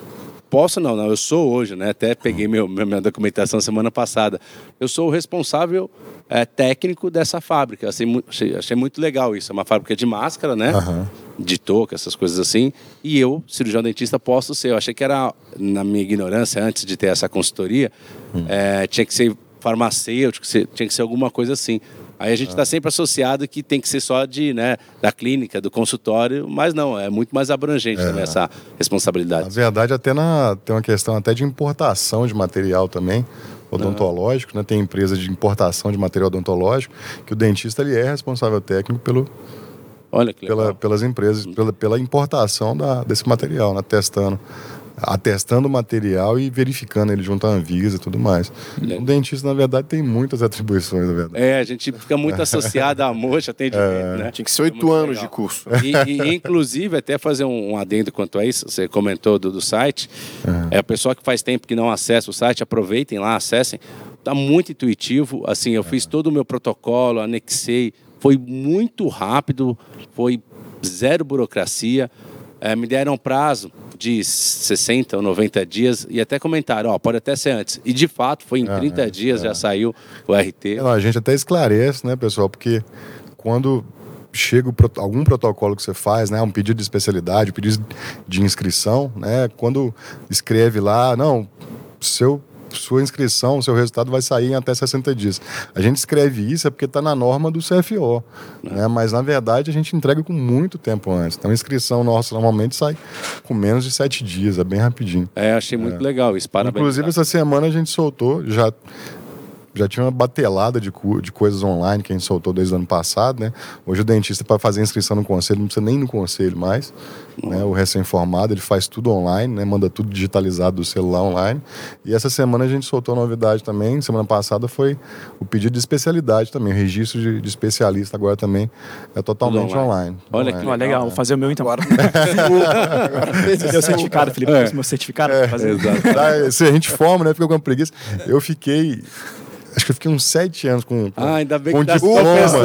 posso não, não, eu sou hoje, né? Até peguei meu, minha documentação semana passada. Eu sou o responsável é, técnico dessa fábrica. Assim, achei, achei muito legal isso. É uma fábrica de máscara, né? Uhum. De touca, essas coisas assim. E eu, cirurgião dentista, posso ser. Eu achei que era, na minha ignorância, antes de ter essa consultoria, hum. é, tinha que ser farmacêutico, tinha que ser alguma coisa assim. Aí a gente está sempre associado que tem que ser só de, né, da clínica, do consultório, mas não, é muito mais abrangente é. também essa responsabilidade. Na verdade, até na, tem uma questão até de importação de material também, odontológico, né? Tem empresa de importação de material odontológico, que o dentista ele é responsável técnico pelo, Olha que legal. Pela, pelas empresas, pela, pela importação da, desse material, né? Testando. atestando o material e verificando ele junto à Anvisa e tudo mais. É. O dentista, na verdade, tem muitas atribuições, na verdade. É, a gente fica muito associado à moxa, atendimento, é. né? Tinha que ser oito é anos legal. de curso. E, e, inclusive, até fazer um, um adendo quanto a isso, você comentou do, do site, é. é a pessoa que faz tempo que não acessa o site, aproveitem lá, acessem. Tá muito intuitivo, assim, eu é. fiz todo o meu protocolo, anexei, foi muito rápido, foi zero burocracia, é, me deram um prazo de sessenta ou noventa dias e até comentaram, ó, pode até ser antes. E de fato, foi em trinta é, dias é. já saiu o R T. Não, a gente até esclarece, né, pessoal, porque quando chega o, algum protocolo que você faz, né, um pedido de especialidade, um pedido de inscrição, né, quando escreve lá, não, seu sua inscrição, seu resultado vai sair em até sessenta dias. A gente escreve isso é porque está na norma do C F O, é. né? Mas na verdade a gente entrega com muito tempo antes. Então a inscrição nossa normalmente sai com menos de sete dias, é bem rapidinho. É, achei muito é. legal isso, parabéns. Inclusive essa semana a gente soltou, já... Já tinha uma batelada de, de coisas online que a gente soltou desde o ano passado, né? Hoje o dentista, para fazer inscrição no conselho, não precisa nem ir no conselho mais. Uhum. Né? O recém-formado, ele faz tudo online, né? Manda tudo digitalizado do celular online. E essa semana a gente soltou uma novidade também. Semana passada foi o pedido de especialidade também. O registro de, de especialista agora também é totalmente online. online. Olha online. que legal. legal. Vou fazer o meu então. Agora, agora meu certificado, Felipe. É. Meu certificado. É. Fazer. Exato. Se a gente forma, né? Fica com preguiça. Eu fiquei... Acho que eu fiquei uns sete anos com, com, ah, ainda bem com que diploma.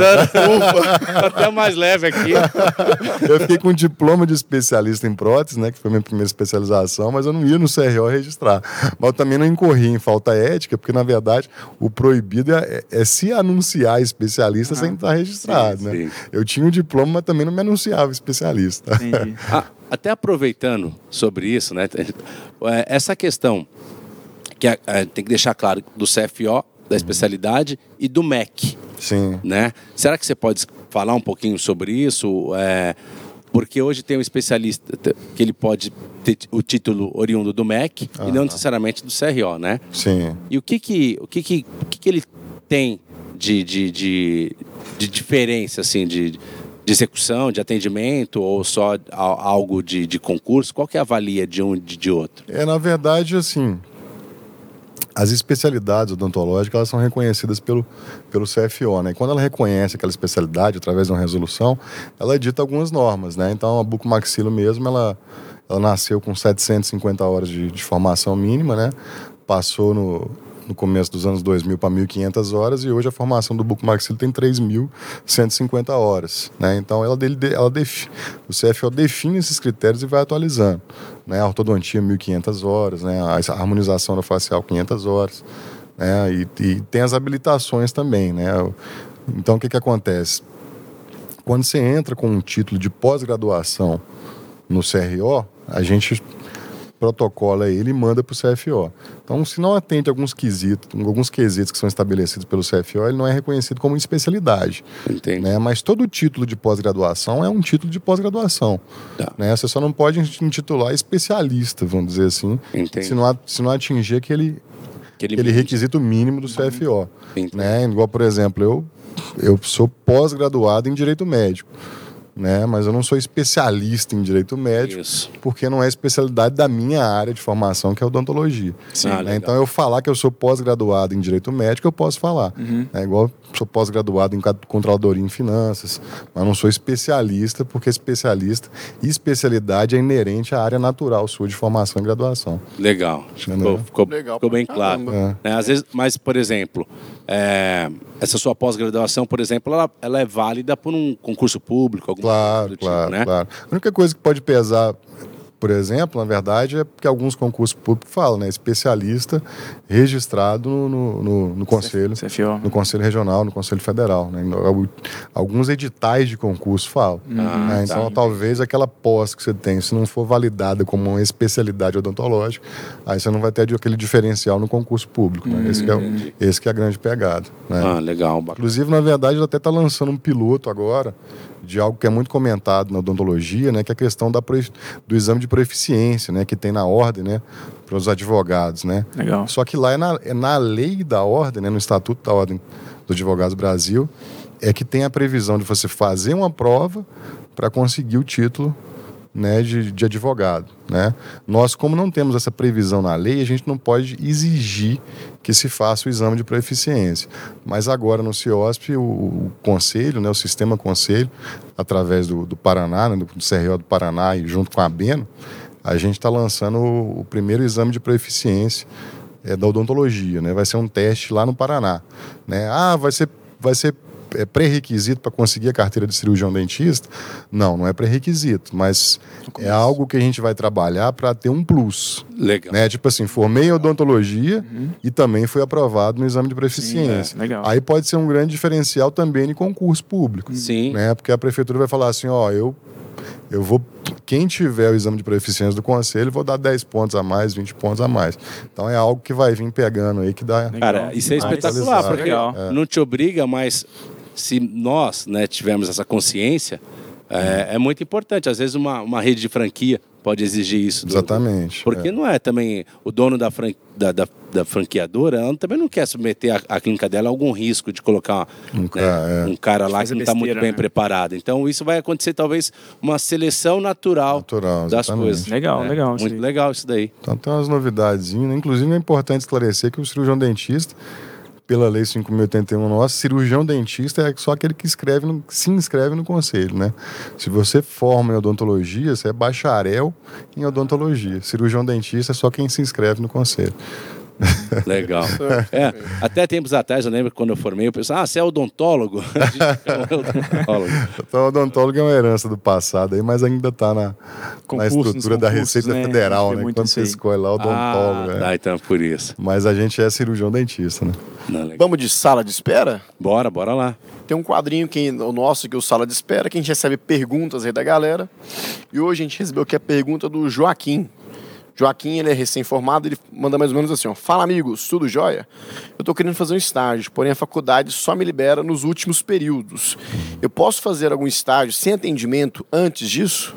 Tá até mais leve aqui. Eu fiquei com diploma de especialista em prótese, né, que foi a minha primeira especialização, mas eu não ia no C R O registrar. Mas eu também não incorri em falta ética, porque, na verdade, o proibido é, é se anunciar especialista ah, sem estar registrado. Sim, né? Sim. Eu tinha o diploma, mas também não me anunciava especialista. Entendi. Ah, até aproveitando sobre isso, né, essa questão que a, a, tem que deixar claro do C F O, da especialidade e do M E C. Sim. Né? Será que você pode falar um pouquinho sobre isso? É, porque hoje tem um especialista que ele pode ter o título oriundo do M E C ah, e não necessariamente do C R O, né? Sim. E o que que, o que, que, o que, que ele tem de, de, de, de diferença, assim, de, de execução, de atendimento ou só algo de, de concurso? Qual que é a valia de um e de outro? É, na verdade, assim... As especialidades odontológicas, elas são reconhecidas pelo, pelo C F O, né? E quando ela reconhece aquela especialidade através de uma resolução, ela edita algumas normas, né? Então, a bucomaxilo mesmo, ela, ela nasceu com setecentas e cinquenta horas de, de formação mínima, né? Passou no, no começo dos anos dois mil para mil e quinhentas horas e hoje a formação do bucomaxilo tem três mil cento e cinquenta horas, né? Então, ela, ela defi, o C F O define esses critérios e vai atualizando. Né, a ortodontia mil e quinhentas horas, né, a harmonização da facial quinhentas horas, né, e, e tem as habilitações também, né. Então o que que acontece? Quando você entra com um título de pós-graduação no C R O, a gente protocola ele e manda para o C F O. Então, se não atende alguns quesitos, alguns quesitos que são estabelecidos pelo C F O, ele não é reconhecido como especialidade. Entendi. Né? Mas todo título de pós-graduação é um título de pós-graduação. Tá. Né? Você só não pode intitular especialista, vamos dizer assim, se não, se não atingir aquele, aquele, aquele requisito mínimo do C F O. Né? Igual, por exemplo, eu, eu sou pós-graduado em Direito Médico. Né? Mas eu não sou especialista em direito médico, Isso. porque não é a especialidade da minha área de formação, que é odontologia. Sim, né? ah, então, eu falar que eu sou pós-graduado em direito médico, eu posso falar. Uhum. É igual sou pós-graduado em controladoria em finanças, mas não sou especialista, porque especialista e especialidade é inerente à área natural sua de formação e graduação. Legal. Ficou, ficou, Legal ficou bem claro. É. É, às vezes, mas, por exemplo, é, essa sua pós-graduação, por exemplo, ela, ela é válida por um concurso público? Algum Claro, tipo, claro, né? claro. A única coisa que pode pesar por exemplo, na verdade, é porque alguns concursos públicos falam, né? Especialista registrado no, no, no, no Conselho, C F O. no Conselho Regional, no Conselho Federal. Né? Alguns editais de concurso falam. Ah, né? Então, tá. talvez aquela pós que você tem, se não for validada como uma especialidade odontológica, aí você não vai ter aquele diferencial no concurso público. Né? Esse, que é, o- esse que é a grande pegada. Né? Ah, legal. bacana. Inclusive, na verdade, ela até está lançando um piloto agora de algo que é muito comentado na odontologia, né, que é a questão da proef- do exame de proeficiência, né, que tem na ordem, né, para os advogados, né. Legal. Só que lá é na, é na lei da ordem, né, no Estatuto da Ordem dos Advogados do Brasil, é que tem a previsão de você fazer uma prova para conseguir o título, né, de, de advogado, né? Nós, como não temos essa previsão na lei, a gente não pode exigir que se faça o exame de proeficiência. Mas agora no CIOSP, o, o Conselho, né, o Sistema Conselho, através do, do Paraná, né, do C R O do Paraná e junto com a Beno, a gente está lançando o, o primeiro exame de proeficiência é, da odontologia, né? Vai ser um teste lá no Paraná, né? Ah, vai ser, vai ser é pré-requisito para conseguir a carteira de cirurgião dentista? Não, não é pré-requisito, mas é algo que a gente vai trabalhar para ter um plus. Legal. Né? Tipo assim, formei em odontologia uhum. e também fui aprovado no exame de proeficiência. Sim, é, legal. Aí pode ser um grande diferencial também em concurso público. Sim. Né? Porque a prefeitura vai falar assim, ó, eu, eu vou... Quem tiver o exame de proeficiência do conselho, vou dar dez pontos a mais, vinte pontos a mais. Então é algo que vai vir pegando aí que dá... Cara, isso é espetacular, porque legal. não te obriga, mas se nós, né, tivermos essa consciência, é, é muito importante. Às vezes uma, uma rede de franquia pode exigir isso. Do, Exatamente. Porque é. não é também o dono da, fran, da, da, da franqueadora, ela também não quer submeter a, a clínica dela a algum risco de colocar um, né, cara, é. um cara lá que não está muito bem né? preparado. Então isso vai acontecer talvez uma seleção natural, natural das coisas. Legal, é, legal. Muito legal isso daí. Então tem umas novidades. Né? Inclusive é importante esclarecer que o cirurgião dentista, pela lei cinco mil e oitenta e um nossa, cirurgião dentista é só aquele que escreve no, se inscreve no conselho, né? Se você forma em odontologia, você é bacharel em odontologia. Cirurgião dentista é só quem se inscreve no conselho. Legal. É, até tempos atrás, eu lembro que quando eu formei, eu pensava, ah, você é odontólogo? A gente é odontólogo. Então, odontólogo é uma herança do passado aí, mas ainda está na, na estrutura da Receita né? Federal, né? Quando você escolhe lá odontólogo. Ah, é. tá, então por isso. Mas a gente é cirurgião dentista, né? Não, Vamos de sala de espera? Bora, bora lá. Tem um quadrinho que, o nosso, que é o Sala de Espera, que a gente recebe perguntas aí da galera. E hoje a gente recebeu aqui a pergunta do Joaquim. Joaquim, ele é recém-formado, ele manda mais ou menos assim, ó. Fala, amigos, tudo jóia? Eu tô querendo fazer um estágio, porém a faculdade só me libera nos últimos períodos. Eu posso fazer algum estágio sem atendimento antes disso?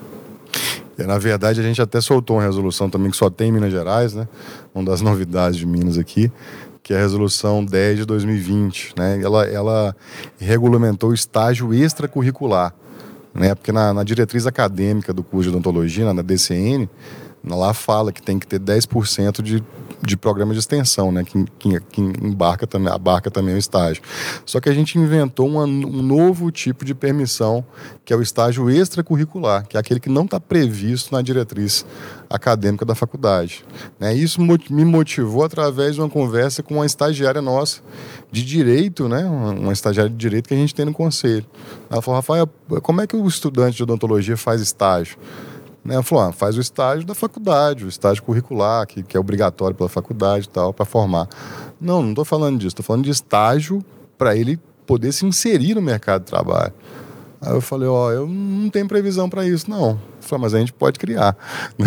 E, na verdade, a gente até soltou uma resolução também que só tem em Minas Gerais, né? Uma das novidades de Minas aqui, que é a resolução dez de dois mil e vinte, né? Ela, ela regulamentou o estágio extracurricular, né? Porque na, na diretriz acadêmica do curso de odontologia, na D C N, lá fala que tem que ter dez por cento de, de programa de extensão, né? Que, que, que embarca também, abarca também o estágio. Só que a gente inventou uma, um novo tipo de permissão, que é o estágio extracurricular, que é aquele que não está previsto na diretriz acadêmica da faculdade. Né? Isso me motivou através de uma conversa com uma estagiária nossa de direito, né? Uma estagiária de direito que a gente tem no conselho. Ela falou, Rafael, como é que o estudante de odontologia faz estágio? Ela falou, ah, faz o estágio da faculdade, o estágio curricular, que, que é obrigatório pela faculdade e tal, para formar. Não, não estou falando disso, estou falando de estágio para ele poder se inserir no mercado de trabalho. Aí eu falei, ó, oh, eu não tenho previsão para isso, não. Eu falei, mas a gente pode criar.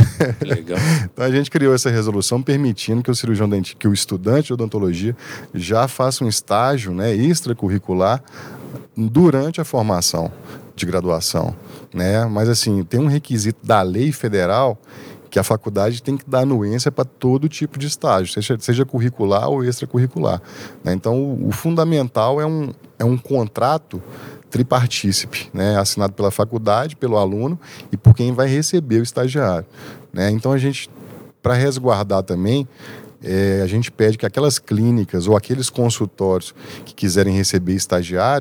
Legal. Então a gente criou essa resolução permitindo que o cirurgião dentista, que o estudante de odontologia já faça um estágio, né, extracurricular durante a formação de graduação, né? Mas assim, tem um requisito da lei federal que a faculdade tem que dar anuência para todo tipo de estágio, seja, seja curricular ou extracurricular, né? Então o, o fundamental é um, é um contrato tripartícipe, né? Assinado pela faculdade, pelo aluno e por quem vai receber o estagiário, né? Então a gente, para resguardar também, é, a gente pede que aquelas clínicas ou aqueles consultórios que quiserem receber estagiário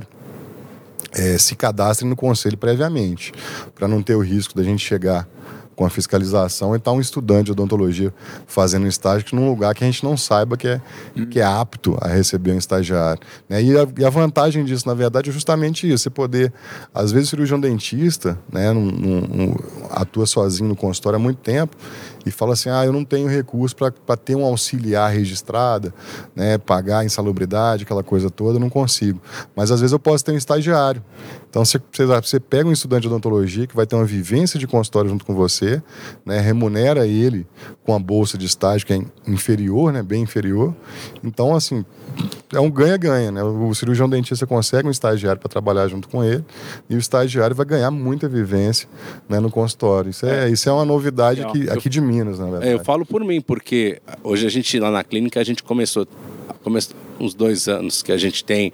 É, se cadastrem no conselho previamente, para não ter o risco da gente chegar com a fiscalização e estar um estudante de odontologia fazendo um estágio num lugar que a gente não saiba que é, hum. que é apto a receber um estagiário. Né? E, a, e a vantagem disso, na verdade, é justamente isso, você poder, às vezes o cirurgião dentista, né, num, num, atua sozinho no consultório há muito tempo e fala assim, ah, eu não tenho recurso para ter um auxiliar registrado, né, pagar insalubridade, aquela coisa toda, eu não consigo. Mas às vezes eu posso ter um estagiário. Então você, você pega um estudante de odontologia que vai ter uma vivência de consultório junto com você, né, remunera ele com a bolsa de estágio que é inferior, né, bem inferior. Então, assim, é um ganha-ganha, né? O cirurgião dentista consegue um estagiário para trabalhar junto com ele e o estagiário vai ganhar muita vivência, né, no consultório. Isso é, é. Isso é uma novidade aqui, aqui de Minas, na verdade. É, eu falo por mim, porque hoje a gente, lá na clínica, a gente começou, começou uns dois anos que a gente tem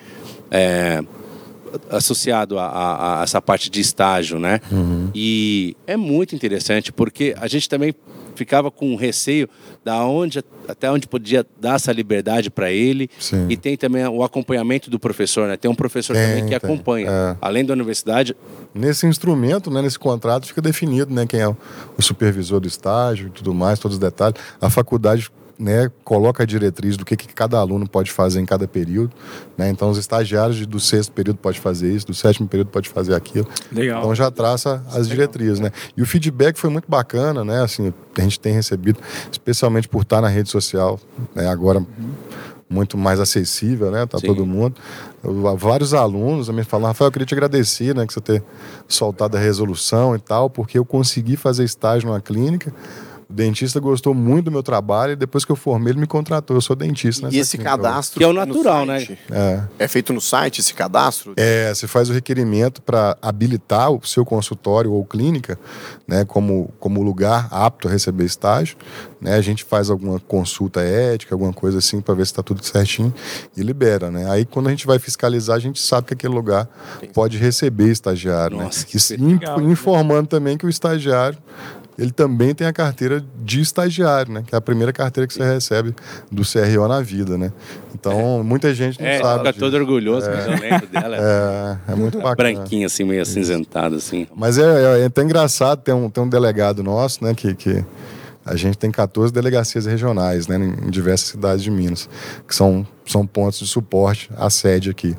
é, associado a, a, a essa parte de estágio, né? Uhum. E é muito interessante, porque a gente também ficava com receio da onde, até onde podia dar essa liberdade para ele. Sim. E tem também o acompanhamento do professor, né? Tem um professor tem, também que tem. acompanha. É. Além da universidade... Nesse instrumento, né, nesse contrato, fica definido, né, quem é o supervisor do estágio e tudo mais, todos os detalhes. A faculdade, né, coloca a diretriz do que, que cada aluno pode fazer em cada período, né? Então os estagiários do sexto período pode fazer isso, do sétimo período pode fazer aquilo. Legal. Então já traça as diretrizes, né? E o feedback foi muito bacana, né? Assim, a gente tem recebido, especialmente por estar na rede social, né? Agora uhum. muito mais acessível, né? Tá Sim. todo mundo. Eu, vários alunos me falam, Rafael, eu queria te agradecer, né, que você ter soltado a resolução e tal, porque eu consegui fazer estágio numa clínica. O dentista gostou muito do meu trabalho e depois que eu formei, ele me contratou. Eu sou dentista. E esse clínica. cadastro... Que é o natural, né? É. é feito no site esse cadastro? É, você faz o requerimento para habilitar o seu consultório ou clínica, né, como, como lugar apto a receber estágio. Né, a gente faz alguma consulta ética, alguma coisa assim, para ver se está tudo certinho e libera, né? Aí quando a gente vai fiscalizar, a gente sabe que aquele lugar pode receber estagiário. Nossa, né? Que e legal, informando né? também que o estagiário ele também tem a carteira de estagiário, né? Que é a primeira carteira que você recebe do C R O na vida, né? Então, é. muita gente não é, sabe. Fica disso. todo orgulhoso, é. mas eu lembro dela. É, é muito bacana. Branquinha, assim, meio acinzentada, assim. Mas é, é, é até engraçado ter um, ter um delegado nosso, né? Que, que a gente tem quatorze delegacias regionais, né? Em, em diversas cidades de Minas, que são, são pontos de suporte à sede aqui.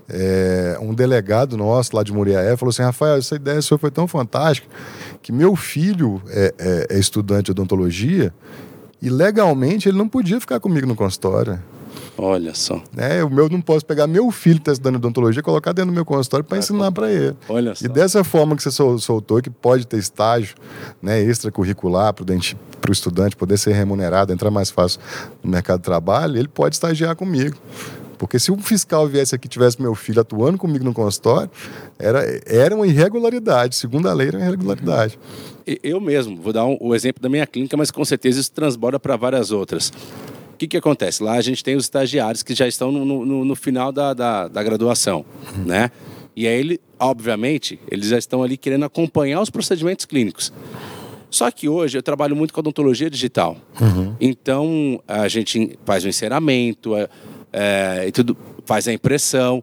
É, um delegado nosso lá de Muriaé falou assim, Rafael, essa ideia sua foi tão fantástica que meu filho é, é, é estudante de odontologia e legalmente ele não podia ficar comigo no consultório. Olha só. É, o meu não posso pegar meu filho que está estudando odontologia e colocar dentro do meu consultório para ensinar para ele. Olha só. E dessa forma que você soltou, que pode ter estágio, né, extracurricular para o estudante poder ser remunerado, entrar mais fácil no mercado de trabalho, ele pode estagiar comigo. Porque se um fiscal viesse aqui e tivesse meu filho atuando comigo no consultório, era, era uma irregularidade. Segundo a lei, era uma irregularidade. Eu mesmo, vou dar um, o exemplo da minha clínica, mas com certeza isso transborda para várias outras. O que, que acontece? Lá a gente tem os estagiários que já estão no, no, no final da, da, da graduação, uhum. né? E aí, ele, obviamente, eles já estão ali querendo acompanhar os procedimentos clínicos. Só que hoje eu trabalho muito com odontologia digital. Uhum. Então, a gente faz o enceramento... É, É, e tudo, faz a impressão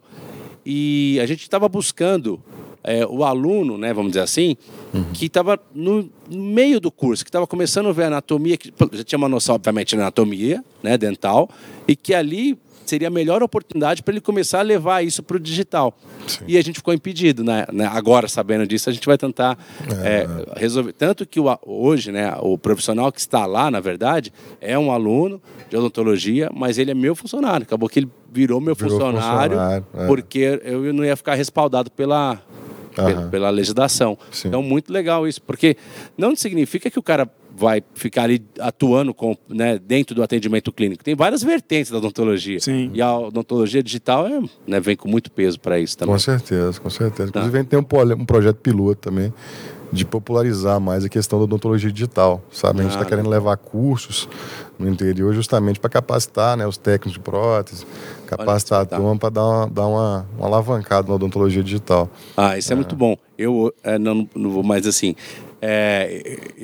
e a gente estava buscando é, o aluno, né, vamos dizer assim, uhum. que estava no meio do curso, que estava começando a ver anatomia, que já tinha uma noção, obviamente, de anatomia, né, dental, e que ali seria a melhor oportunidade para ele começar a levar isso para o digital. Sim. E a gente ficou impedido, né? Agora, sabendo disso, a gente vai tentar é. É, resolver. Tanto que o, hoje, né, o profissional que está lá, na verdade, é um aluno de odontologia, mas ele é meu funcionário. Acabou que ele virou meu virou funcionário, funcionário é. porque eu não ia ficar respaldado pela, pela, pela legislação. Sim. Então, muito legal isso, porque não significa que o cara vai ficar ali atuando com, né, dentro do atendimento clínico. Tem várias vertentes da odontologia. Sim. E a odontologia digital é, né, vem com muito peso para isso também. Com certeza, com certeza. Tá. Inclusive, a gente tem um, um projeto piloto também de popularizar mais a questão da odontologia digital, sabe? A gente está ah, querendo levar cursos no interior justamente para capacitar, né, os técnicos de prótese, capacitar a turma para dar, uma, dar uma, uma alavancada na odontologia digital. Ah, isso é, é muito bom. Eu é, não, não vou mais assim... É, eu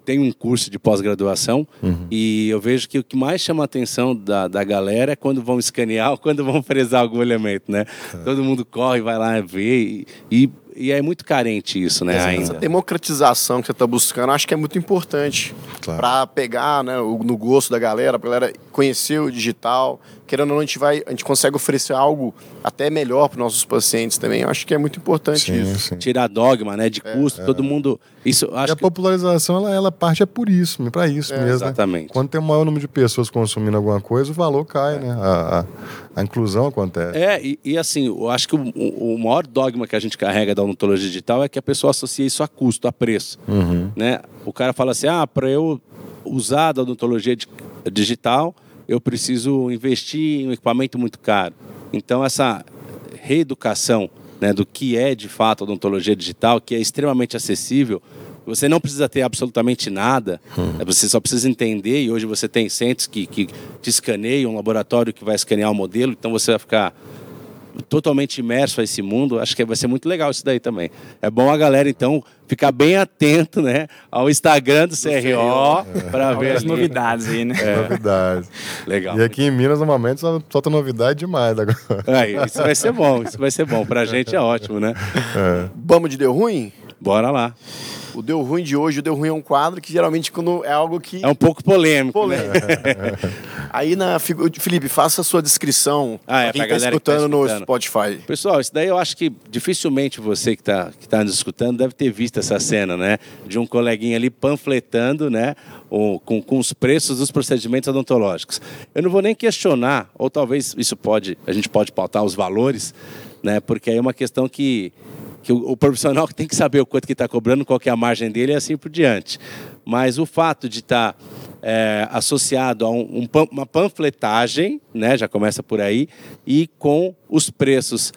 tenho um curso de pós-graduação Uhum. e eu vejo que o que mais chama a atenção da, da galera é quando vão escanear ou quando vão fresar algum elemento, né? É. Todo mundo corre, vai lá ver e, e, e é muito carente isso, né, Essa ainda. democratização que você está buscando, acho que é muito importante Claro. para pegar, né, o, no gosto da galera, para a galera conhecer o digital. Querendo ou não, a gente, vai, a gente consegue oferecer algo até melhor para os nossos pacientes também. Eu acho que é muito importante Sim, isso. sim. Tirar dogma, né, de custo, todo mundo... Isso, eu E acho a que... popularização, ela, ela parte é por isso, para isso mesmo. exatamente. Né? Quando tem um maior número de pessoas consumindo alguma coisa, o valor cai, né? A, a, a inclusão acontece. É, e, e assim, eu acho que o, o maior dogma que a gente carrega da odontologia digital é que a pessoa associa isso a custo, a preço. Uhum. Né? O cara fala assim, ah, para eu usar da odontologia di- digital, eu preciso investir em um equipamento muito caro. Então, essa reeducação, né, do que é, de fato, a odontologia digital, que é extremamente acessível, você não precisa ter absolutamente nada, Hum. né, você só precisa entender, e hoje você tem centros que, que te escaneiam, um laboratório que vai escanear o modelo, então você vai ficar totalmente imerso a esse mundo. Acho que vai ser muito legal isso daí também. É bom a galera, então, ficar bem atento, né, ao Instagram do C R O para ver As ali. novidades aí, né? Novidade. Legal. E aqui em Minas, normalmente, só, só tem novidade demais agora. Aí, isso vai ser bom, isso vai ser bom. Pra gente é ótimo, né? Vamos de Deu Ruim? Bora lá. O Deu Ruim de hoje, o Deu Ruim é um quadro que geralmente quando é algo que... É um pouco polêmico, polêmico. né? Aí, na, figu- Felipe, faça a sua descrição Ah, é, pra quem pra tá galera que tá escutando no escutando. Spotify. Pessoal, isso daí eu acho que dificilmente você que está que tá nos escutando deve ter visto essa cena, né? De um coleguinha ali panfletando, né? O, com, com os preços dos procedimentos odontológicos. Eu não vou nem questionar, ou talvez isso pode, a gente pode pautar os valores, né? Porque aí é uma questão que, que o, o profissional tem que saber o quanto que está cobrando, qual que é a margem dele e assim por diante. Mas o fato de estar... Tá, É, associado a um, um, uma panfletagem, né, já começa por aí, e com os preços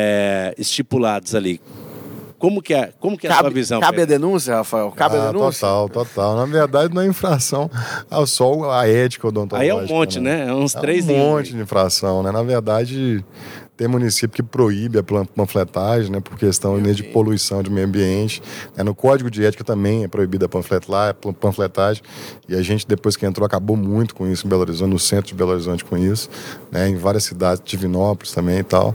é, estipulados ali. Como que é, como que é a sua visão? Cabe a Pedro? denúncia, Rafael? Cabe a Ah, denúncia? total, total. Na verdade, não é infração ao só a ética odontológica. Aí é um monte, né? É uns É três um em um monte aí. de infração, né? Na verdade, tem município que proíbe a plan- panfletagem, né? Por questão né, de poluição de meio ambiente. É, no Código de Ética também é proibida a panfletla- panfletagem. E a gente, depois que entrou, acabou muito com isso em Belo Horizonte, no centro de Belo Horizonte com isso, né? Em várias cidades, Divinópolis também e tal.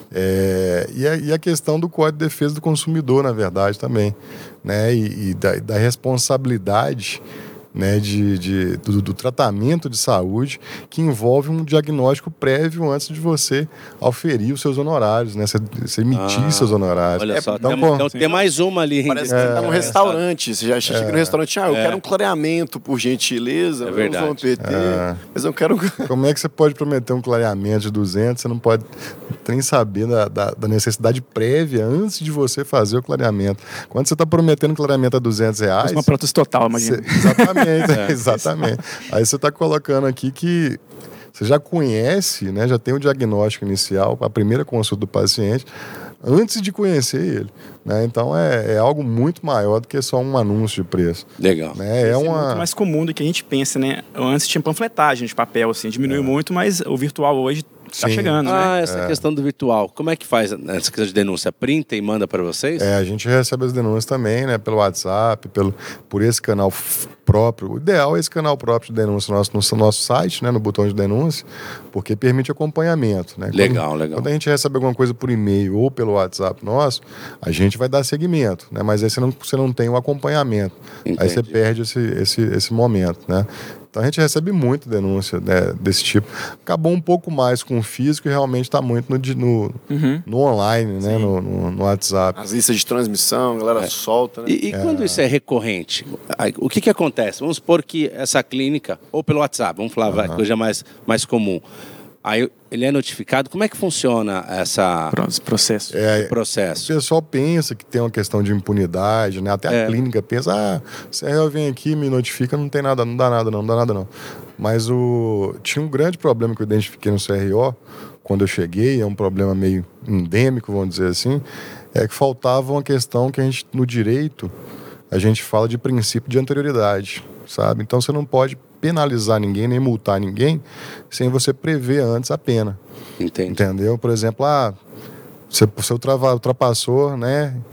É, e, a, e a questão do Código de Defesa do Consumidor, na verdade, também, né? E, e da, da responsabilidade, né, de, de, do, do tratamento de saúde que envolve um diagnóstico prévio antes de você auferir os seus honorários, né? Você, você emitir Ah, seus honorários. Olha só, então, tem, pô, então tem mais uma ali. Parece que você tá num restaurante. Você já chega no restaurante, ah, eu É. quero um clareamento, por gentileza. É eu verdade. uso um P T, É. mas eu quero... como é que você pode prometer um clareamento de duzentos, você não pode nem saber da, da, da necessidade prévia antes de você fazer o clareamento. Quando você está prometendo clareamento a duzentos reais... Uma prótese total, imagina. Cê- exatamente, exatamente. Aí você está colocando aqui que você já conhece, né, já tem o diagnóstico inicial, a primeira consulta do paciente, antes de conhecer ele. Né? Então é, é algo muito maior do que só um anúncio de preço. Legal. Né? É Isso é uma... muito mais comum do que a gente pensa, né? Antes tinha panfletagem de papel, assim, diminuiu muito, mas o virtual hoje tá Sim. chegando, Ah, né? essa questão do virtual. Como é que faz essa questão de denúncia? Printa e manda para vocês? É, a gente recebe as denúncias também, né, pelo WhatsApp, pelo, por esse canal f- próprio. O ideal é esse canal próprio de denúncia nosso, no nosso site, né, no botão de denúncia, porque permite acompanhamento. Né? Legal, quando, legal. Quando a gente recebe alguma coisa por e-mail ou pelo WhatsApp nosso, a gente vai dar seguimento, né, mas aí você não, você não tem o acompanhamento. Aí você Entendi. perde esse, esse, esse momento, né? Então a gente recebe muito denúncia, né, desse tipo. Acabou um pouco mais com o físico e realmente está muito no, di- no, Uhum. no online, né, no, no, no WhatsApp. As listas de transmissão, a galera solta, né? E, e quando isso é recorrente, aí, o que, que acontece? Vamos supor que essa clínica, ou pelo WhatsApp, vamos falar, vai, coisa mais, mais comum. Aí ele é notificado. Como é que funciona essa, Pro- Processo. É, esse O processo? pessoal pensa que tem uma questão de impunidade, né? Até a É. clínica pensa, ah, C R O vem aqui, me notifica, não tem nada, não dá nada não, não dá nada não. Mas o... tinha um grande problema que eu identifiquei no C R O, quando eu cheguei, é um problema meio endêmico, vamos dizer assim, é que faltava uma questão que a gente, no direito, a gente fala de princípio de anterioridade, sabe? Então você não pode penalizar ninguém, nem multar ninguém, sem você prever antes a pena. Entendi. Entendeu? Por exemplo, ah, você, você ultrava- ultrapassou, né,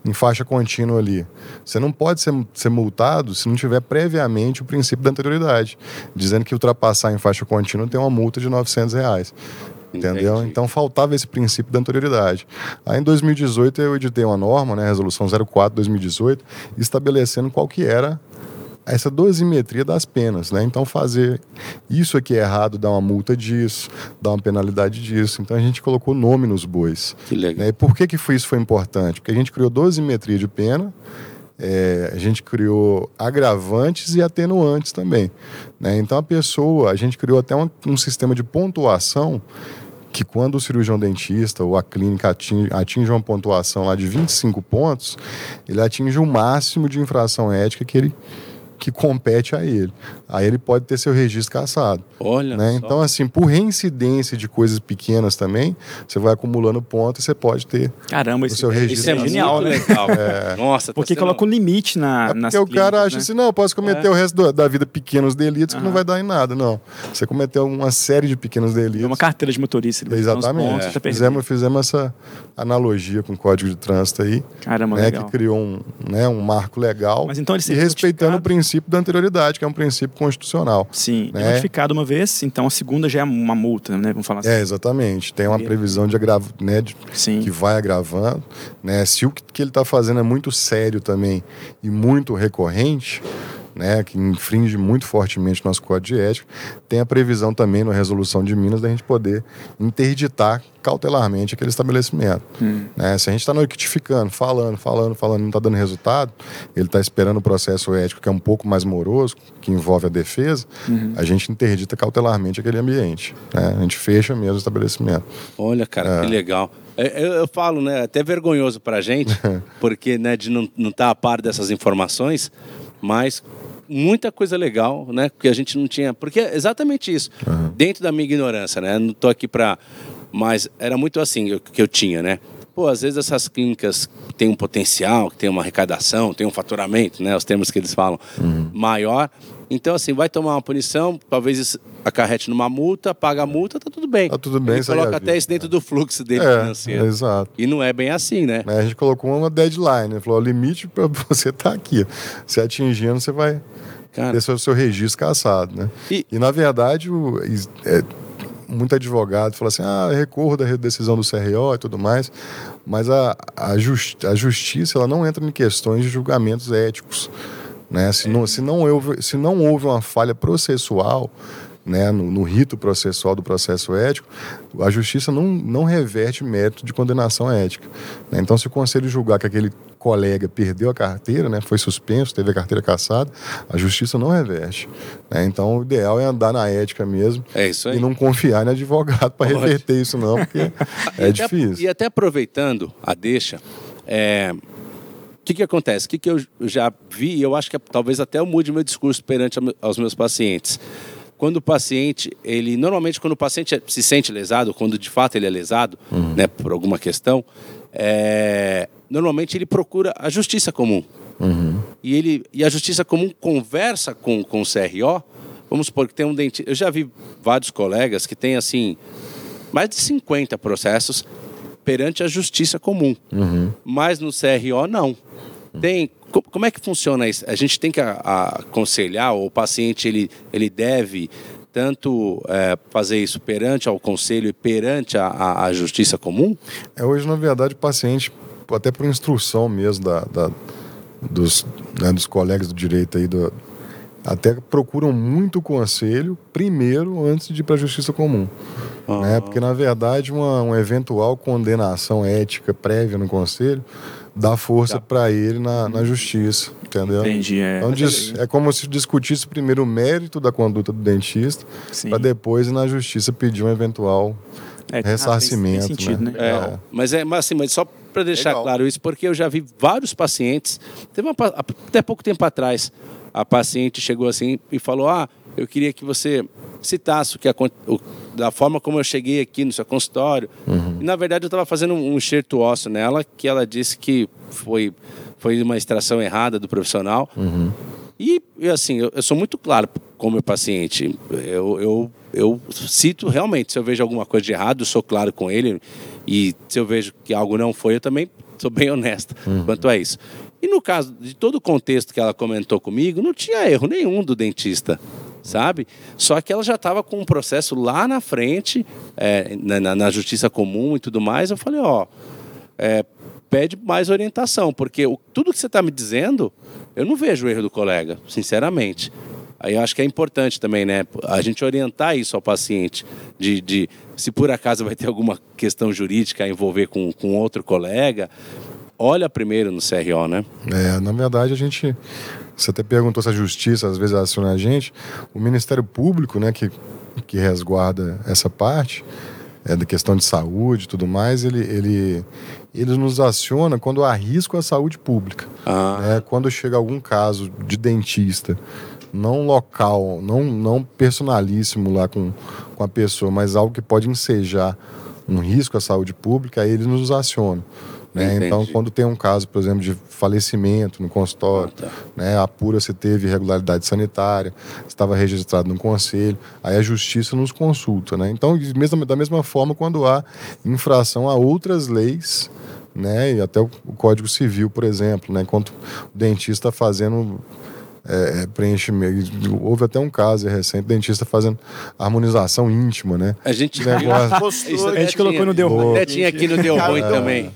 em faixa contínua ali. Você não pode ser, ser multado se não tiver previamente o princípio da anterioridade, dizendo que ultrapassar em faixa contínua tem uma multa de novecentos reais. Entendeu? Entendi. Então faltava esse princípio da anterioridade. Aí em dois mil e dezoito eu editei uma norma, né, a resolução zero quatro de dois mil e dezoito, estabelecendo qual que era essa dosimetria das penas, né? Então fazer isso aqui é errado, dá uma multa disso, dá uma penalidade disso. Então a gente colocou nome nos bois. Que legal. Né? E por que que foi, isso foi importante? Porque a gente criou dosimetria de pena, é, a gente criou agravantes e atenuantes também. Né? Então a pessoa, a gente criou até um, um sistema de pontuação que quando o cirurgião dentista ou a clínica atinge, atinge uma pontuação lá de vinte e cinco pontos, ele atinge o máximo de infração ética que ele que compete a ele. Aí ele pode ter seu registro cassado. Olha né? só. Então, assim, por reincidência de coisas pequenas também, você vai acumulando pontos e você pode ter Caramba, o isso, seu registro. isso é muito genial, né? legal. Nossa, Porque tá sendo... coloca um limite na, É nas porque o cara clínicas, acha né? assim, não, eu posso cometer É. o resto do- da vida pequenos delitos que Aham. não vai dar em nada. Não. Você cometeu uma série de pequenos delitos. É uma carteira de motorista. ele vai dar uns Exatamente. pontos, tá perdendo. fizemos, fizemos essa analogia com o Código de Trânsito aí, Caramba, né, legal. que criou um, né, um marco legal. Mas então ele e seria respeitando notificado? o princípio da anterioridade, que é um princípio constitucional. Sim, né? é notificado uma vez, então a segunda já é uma multa, né? Vamos falar assim. É, exatamente. Tem uma previsão de agravo, né, de, Sim. que vai agravando. Né? Se o que, que ele está fazendo é muito sério também e muito recorrente, né, que infringe muito fortemente nosso Código de Ética, tem a previsão também na resolução de Minas da gente poder interditar cautelarmente aquele estabelecimento. Hum. Né? Se a gente está notificando, falando, falando, falando, não está dando resultado, ele está esperando o processo ético que é um pouco mais moroso, que envolve a defesa, Uhum. a gente interdita cautelarmente aquele ambiente. Né? A gente fecha mesmo o estabelecimento. Olha, cara, que legal. É, Eu, eu falo, né, até vergonhoso pra gente, porque, né, de não estar não tá a par dessas informações, mas muita coisa legal, né, que a gente não tinha, porque é exatamente isso, dentro da minha ignorância, né, não tô aqui pra, mas era muito assim eu- que eu tinha, né, pô, às vezes essas clínicas têm um potencial, que tem uma arrecadação, tem um faturamento, né, os termos que eles falam, maior, então assim, vai tomar uma punição, talvez isso acarrete numa multa, paga a multa, tá tudo bem. Tá tudo bem, Ele segue coloca a até vida, isso dentro do fluxo dele É, financeiro. exato. E não é bem assim, né? Né, a gente colocou uma deadline, né? Falou, o limite para você estar aqui. Se atingindo, você vai Cara, ter seu, seu registro cassado, né? E- E, na verdade, o, is- é, muito advogado fala assim, ah, recorro da decisão do C R O e tudo mais, mas a, a, justi- a justiça ela não entra em questões de julgamentos éticos. Né? Se, não, se, não houve, se não houve uma falha processual, né, no, no rito processual do processo ético, a justiça não, não reverte mérito de condenação ética. Né? Então, se o conselho julgar que aquele colega perdeu a carteira, né, foi suspenso, teve a carteira cassada, a justiça não reverte. Né? Então, o ideal é andar na ética mesmo é isso aí. e não confiar em advogado para Pode. reverter isso não, porque E é até- difícil. E até aproveitando a deixa, é, o que, que acontece? O que, que eu já vi, e eu acho que talvez até eu mude meu discurso perante a me- aos meus pacientes. Quando o paciente, ele normalmente quando o paciente se sente lesado, quando de fato ele é lesado, né, por alguma questão, é, normalmente ele procura a justiça comum. E, ele, e a justiça comum conversa com, com o C R O. Vamos supor que tem um dentista. Eu já vi vários colegas que têm assim mais de cinquenta processos perante a justiça comum. Mas no C R O, não. Tem, co- como é que funciona isso? A gente tem que a- a- aconselhar, ou o paciente ele, ele deve tanto é, fazer isso perante ao conselho e perante a, a, a justiça comum? É, hoje, na verdade, o paciente, até por instrução mesmo da, da- dos, né, dos colegas do direito aí, do, até procuram muito conselho primeiro antes de ir para a justiça comum. Né? Porque, na verdade, uma, uma eventual condenação ética prévia no conselho dá força para ele na, na justiça, entendeu? Entendi, é. Então, diz- é como se discutisse primeiro o mérito da conduta do dentista, Sim. para depois, na justiça, pedir um eventual É, tem- ressarcimento. ah, tem- tem sentido, né? É, É. Mas é mas assim, mas só para deixar Legal. claro isso, porque eu já vi vários pacientes. Teve uma, pa- até pouco tempo atrás, a paciente chegou assim e falou: Ah, eu queria que você citasse o que acon- o, da forma como eu cheguei aqui no seu consultório. E na verdade eu estava fazendo um enxerto ósseo nela, que ela disse que foi, foi uma extração errada do profissional. E, e, assim, eu, eu sou muito claro com o meu paciente. Eu, eu, eu cito realmente, se eu vejo alguma coisa de errado, eu sou claro com ele. E se eu vejo que algo não foi, eu também Sou bem honesta uhum. quanto a isso. E no caso de todo o contexto que ela comentou comigo, não tinha erro nenhum do dentista, sabe? Só que ela já estava com um processo lá na frente, é, na, na justiça comum e tudo mais. Eu falei, ó, é, pede mais orientação, porque o, tudo que você está me dizendo, eu não vejo o erro do colega, sinceramente. Aí eu acho que é importante também, né, a gente orientar isso ao paciente, de, de se por acaso vai ter alguma questão jurídica a envolver com, com outro colega, olha primeiro no C R O, né? É, na verdade a gente, você até perguntou se a justiça às vezes aciona a gente, o Ministério Público, né, que, que resguarda essa parte, é, da questão de saúde e tudo mais, ele, ele, ele nos aciona quando há risco à saúde pública. Ah. Né? Quando chega algum caso de dentista, não local, não, não personalíssimo lá com, com a pessoa, mas algo que pode ensejar um risco à saúde pública, aí ele nos aciona. Né? Então, quando tem um caso, por exemplo, de falecimento no consultório, ah, tá. né? apura se teve irregularidade sanitária, estava registrado no conselho, aí a justiça nos consulta. Né? Então, mesmo, da mesma forma, quando há infração a outras leis, né? E até o, o Código Civil, por exemplo, né? Enquanto o dentista está fazendo... É, preenchimento. Houve até um caso recente, dentista fazendo harmonização íntima, né? A gente, Negócio... Isso, a gente tinha, colocou no Deu Ruim. Até tinha aqui no Deu Ruim também.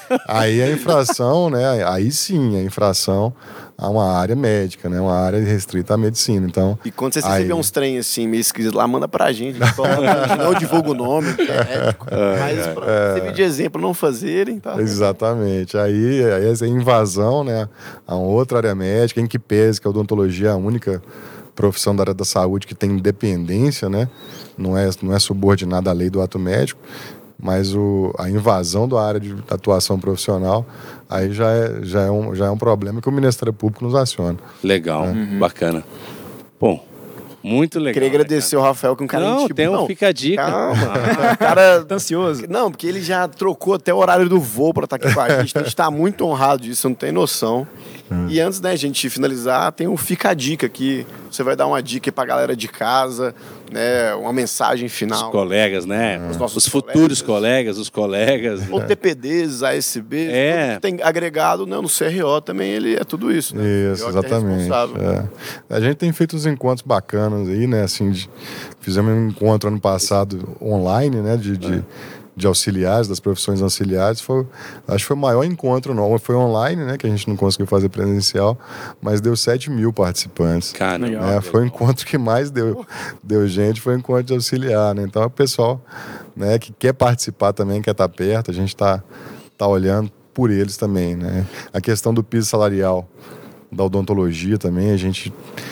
Aí a infração, né? Aí sim, a infração a uma área médica, né? Uma área restrita à medicina. Então, e quando você aí... receber uns trem assim, meio esquisito lá, manda pra gente. gente não divulga o nome, que é ético. É, mas pra é, servir de exemplo, não fazerem, tá? Exatamente. Aí, aí essa invasão, né? A uma outra área médica, em que pese que a odontologia é a única profissão da área da saúde que tem independência, né? Não é, não é subordinada à lei do ato médico. Mas o, a invasão da área de atuação profissional, aí já é, já, é um, já é um problema que o Ministério Público nos aciona. Legal, é. uhum. bacana. Bom, muito legal. Queria agradecer, né, o Rafael, que é um cara... Não, tipo, tem um não, fica a dica. Calma, o cara... Tá ansioso. Não, porque ele já trocou até o horário do voo para estar aqui com a gente. A gente tá muito honrado disso, não tem noção. Hum. E antes, né, a gente finalizar, tem um Fica a Dica aqui. Você vai dar uma dica aí pra galera de casa, né? Uma mensagem final. Os colegas, né? Os nossos os futuros colegas, os colegas. Ou T P Ds, A S Bs. É. Tudo que tem agregado, né, no C R O também, ele é tudo isso, né? Isso, exatamente. É. A gente tem feito uns encontros bacanas aí, né? Assim, de... Fizemos um encontro ano passado online, né? De... de... É. de auxiliares, das profissões auxiliares, foi, acho que foi o maior encontro, não, foi online, né, que a gente não conseguiu fazer presencial, mas deu sete mil participantes. Cara, né, foi o encontro que mais deu, deu gente, foi o encontro de auxiliar, né, então o pessoal, né, que quer participar também, quer estar perto, a gente está tá olhando por eles também, né. A questão do piso salarial da odontologia também, a gente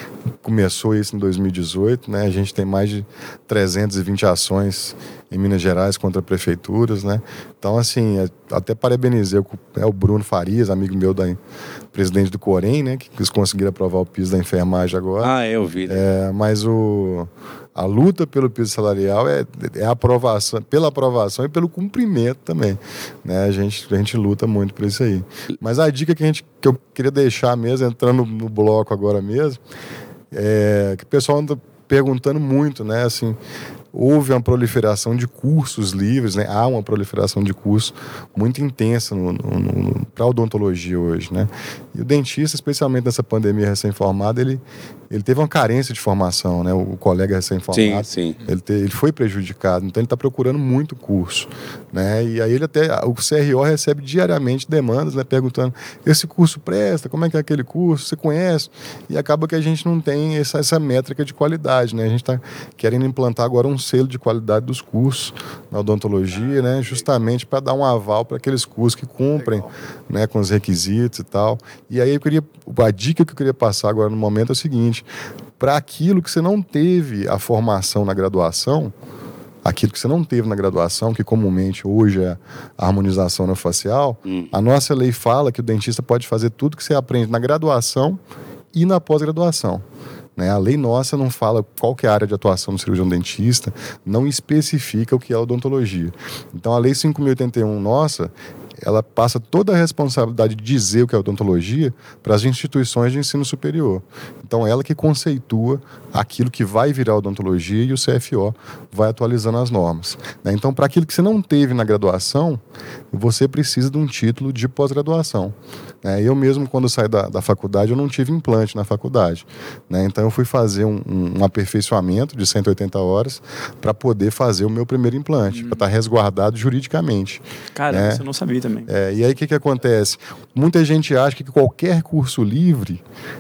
começou isso em dois mil e dezoito, né? A gente tem mais de trezentas e vinte ações em Minas Gerais contra prefeituras, né? Então, assim, até parabenizei o, é, o Bruno Farias, amigo meu, da, presidente do Corém, né? Que eles conseguiram aprovar o piso da enfermagem agora. Ah, eu vi. Né? É, mas o, a luta pelo piso salarial é, é a aprovação, pela aprovação e pelo cumprimento também, né? A gente, a gente luta muito por isso aí. Mas a dica que, a gente, que eu queria deixar mesmo, entrando no bloco agora mesmo, é que o pessoal anda perguntando muito, né? Assim, houve uma proliferação de cursos livres, né? Há uma proliferação de cursos muito intensa no, no, no, para a odontologia hoje, né? E o dentista, especialmente nessa pandemia recém-formada, ele, ele teve uma carência de formação, né? O, o colega recém-formado, sim, sim. Ele, te, ele foi prejudicado, então ele está procurando muito curso, né? E aí ele até, o C R O recebe diariamente demandas, né? Perguntando, esse curso presta? Como é que é aquele curso? Você conhece? E acaba que a gente não tem essa, essa métrica de qualidade, né? A gente está querendo implantar agora um selo de qualidade dos cursos na odontologia, né? Justamente para dar um aval para aqueles cursos que cumprem, né? Com os requisitos e tal. E aí eu queria, a dica que eu queria passar agora no momento é o seguinte: para aquilo que você não teve a formação na graduação, aquilo que você não teve na graduação, que comumente hoje é a harmonização orofacial, hum. a nossa lei fala que o dentista pode fazer tudo que você aprende na graduação e na pós-graduação. Né? A lei nossa não fala qual que é a área de atuação do cirurgião dentista, não especifica o que é odontologia. Então a lei cinco mil e oitenta e um nossa, ela passa toda a responsabilidade de dizer o que é odontologia para as instituições de ensino superior. Então, ela que conceitua aquilo que vai virar odontologia e o C F O vai atualizando as normas. Né? Então, para aquilo que você não teve na graduação, você precisa de um título de pós-graduação. Né? Eu mesmo, quando saí da, da faculdade, eu não tive implante na faculdade. Né? Então, eu fui fazer um, um, um aperfeiçoamento de cento e oitenta horas para poder fazer o meu primeiro implante, hum. para estar resguardado juridicamente. Cara, né? isso eu não sabia também. É, e aí, o que, que acontece? Muita gente acha que qualquer curso livre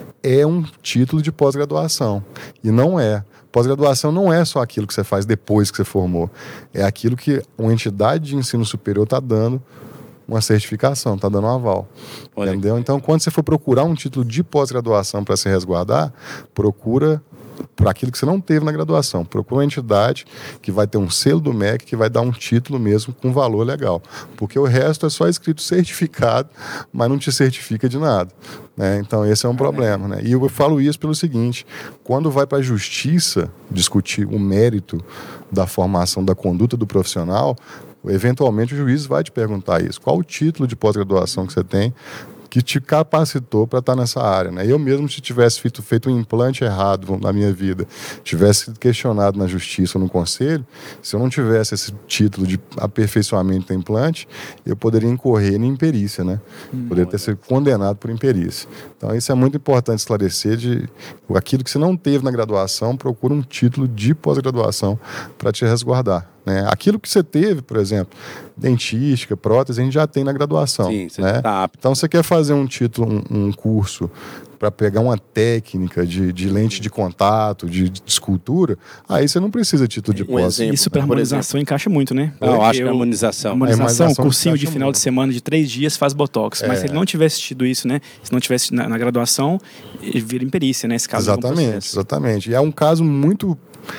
é um título de pós-graduação. E não é. Pós-graduação não é só aquilo que você faz depois que você formou. É aquilo que uma entidade de ensino superior está dando uma certificação, está dando um aval. Olha. Entendeu? Então, quando você for procurar um título de pós-graduação para se resguardar, procura por aquilo que você não teve na graduação. Procura uma entidade que vai ter um selo do M E C, que vai dar um título mesmo com valor legal. Porque o resto é só escrito certificado, mas não te certifica de nada. Né? Então, esse é um problema. Né? E eu falo isso pelo seguinte, quando vai para a justiça discutir o mérito da formação da conduta do profissional, eventualmente o juiz vai te perguntar isso. Qual o título de pós-graduação que você tem que te capacitou para estar nessa área, né? Eu mesmo, se tivesse feito, feito um implante errado na minha vida, tivesse sido questionado na justiça ou no conselho, se eu não tivesse esse título de aperfeiçoamento do implante, eu poderia incorrer em imperícia, né? Hum, poderia ter sido condenado por imperícia. Então, isso é muito importante esclarecer de aquilo que você não teve na graduação, procura um título de pós-graduação para te resguardar. Né? Aquilo que você teve, por exemplo, dentística, prótese, a gente já tem na graduação. Sim, você né? tá apto. Então, você quer fazer um título, um, um curso para pegar uma técnica de, de lente de contato, de, de escultura, aí você não precisa de título de um pós. Isso para harmonização encaixa muito, né? Eu, eu acho que é harmonização. Harmonização, um cursinho de final muito. de semana de três dias faz botox. É. Mas se ele não tivesse tido isso, né? Se não tivesse na, na graduação, ele vira imperícia, né? Esse caso exatamente, exatamente. E é um caso muito...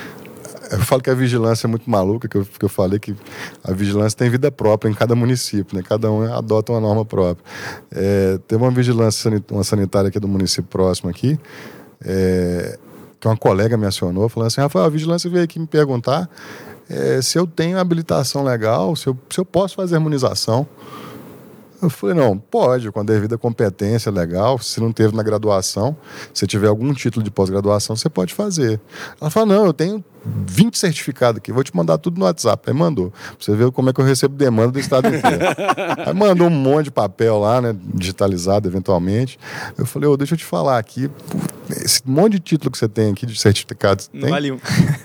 Eu falo que a vigilância é muito maluca, que eu, que eu falei que a vigilância tem vida própria em cada município, né? Cada um adota uma norma própria. É, tem uma vigilância, uma sanitária aqui do município próximo aqui, é, que uma colega me acionou, falando assim, Rafael, a vigilância veio aqui me perguntar é, se eu tenho habilitação legal, se eu, se eu posso fazer harmonização. Eu falei, não, pode, com a devida competência legal, se não teve na graduação, se tiver algum título de pós-graduação, você pode fazer. Ela falou, não, eu tenho vinte certificados aqui, vou te mandar tudo no WhatsApp. Aí mandou, pra você ver como é que eu recebo demanda do estado inteiro. Aí mandou um monte de papel lá, né, digitalizado eventualmente. Eu falei, ô, deixa eu te falar aqui, esse monte de título que você tem aqui, de certificados, não tem, valeu.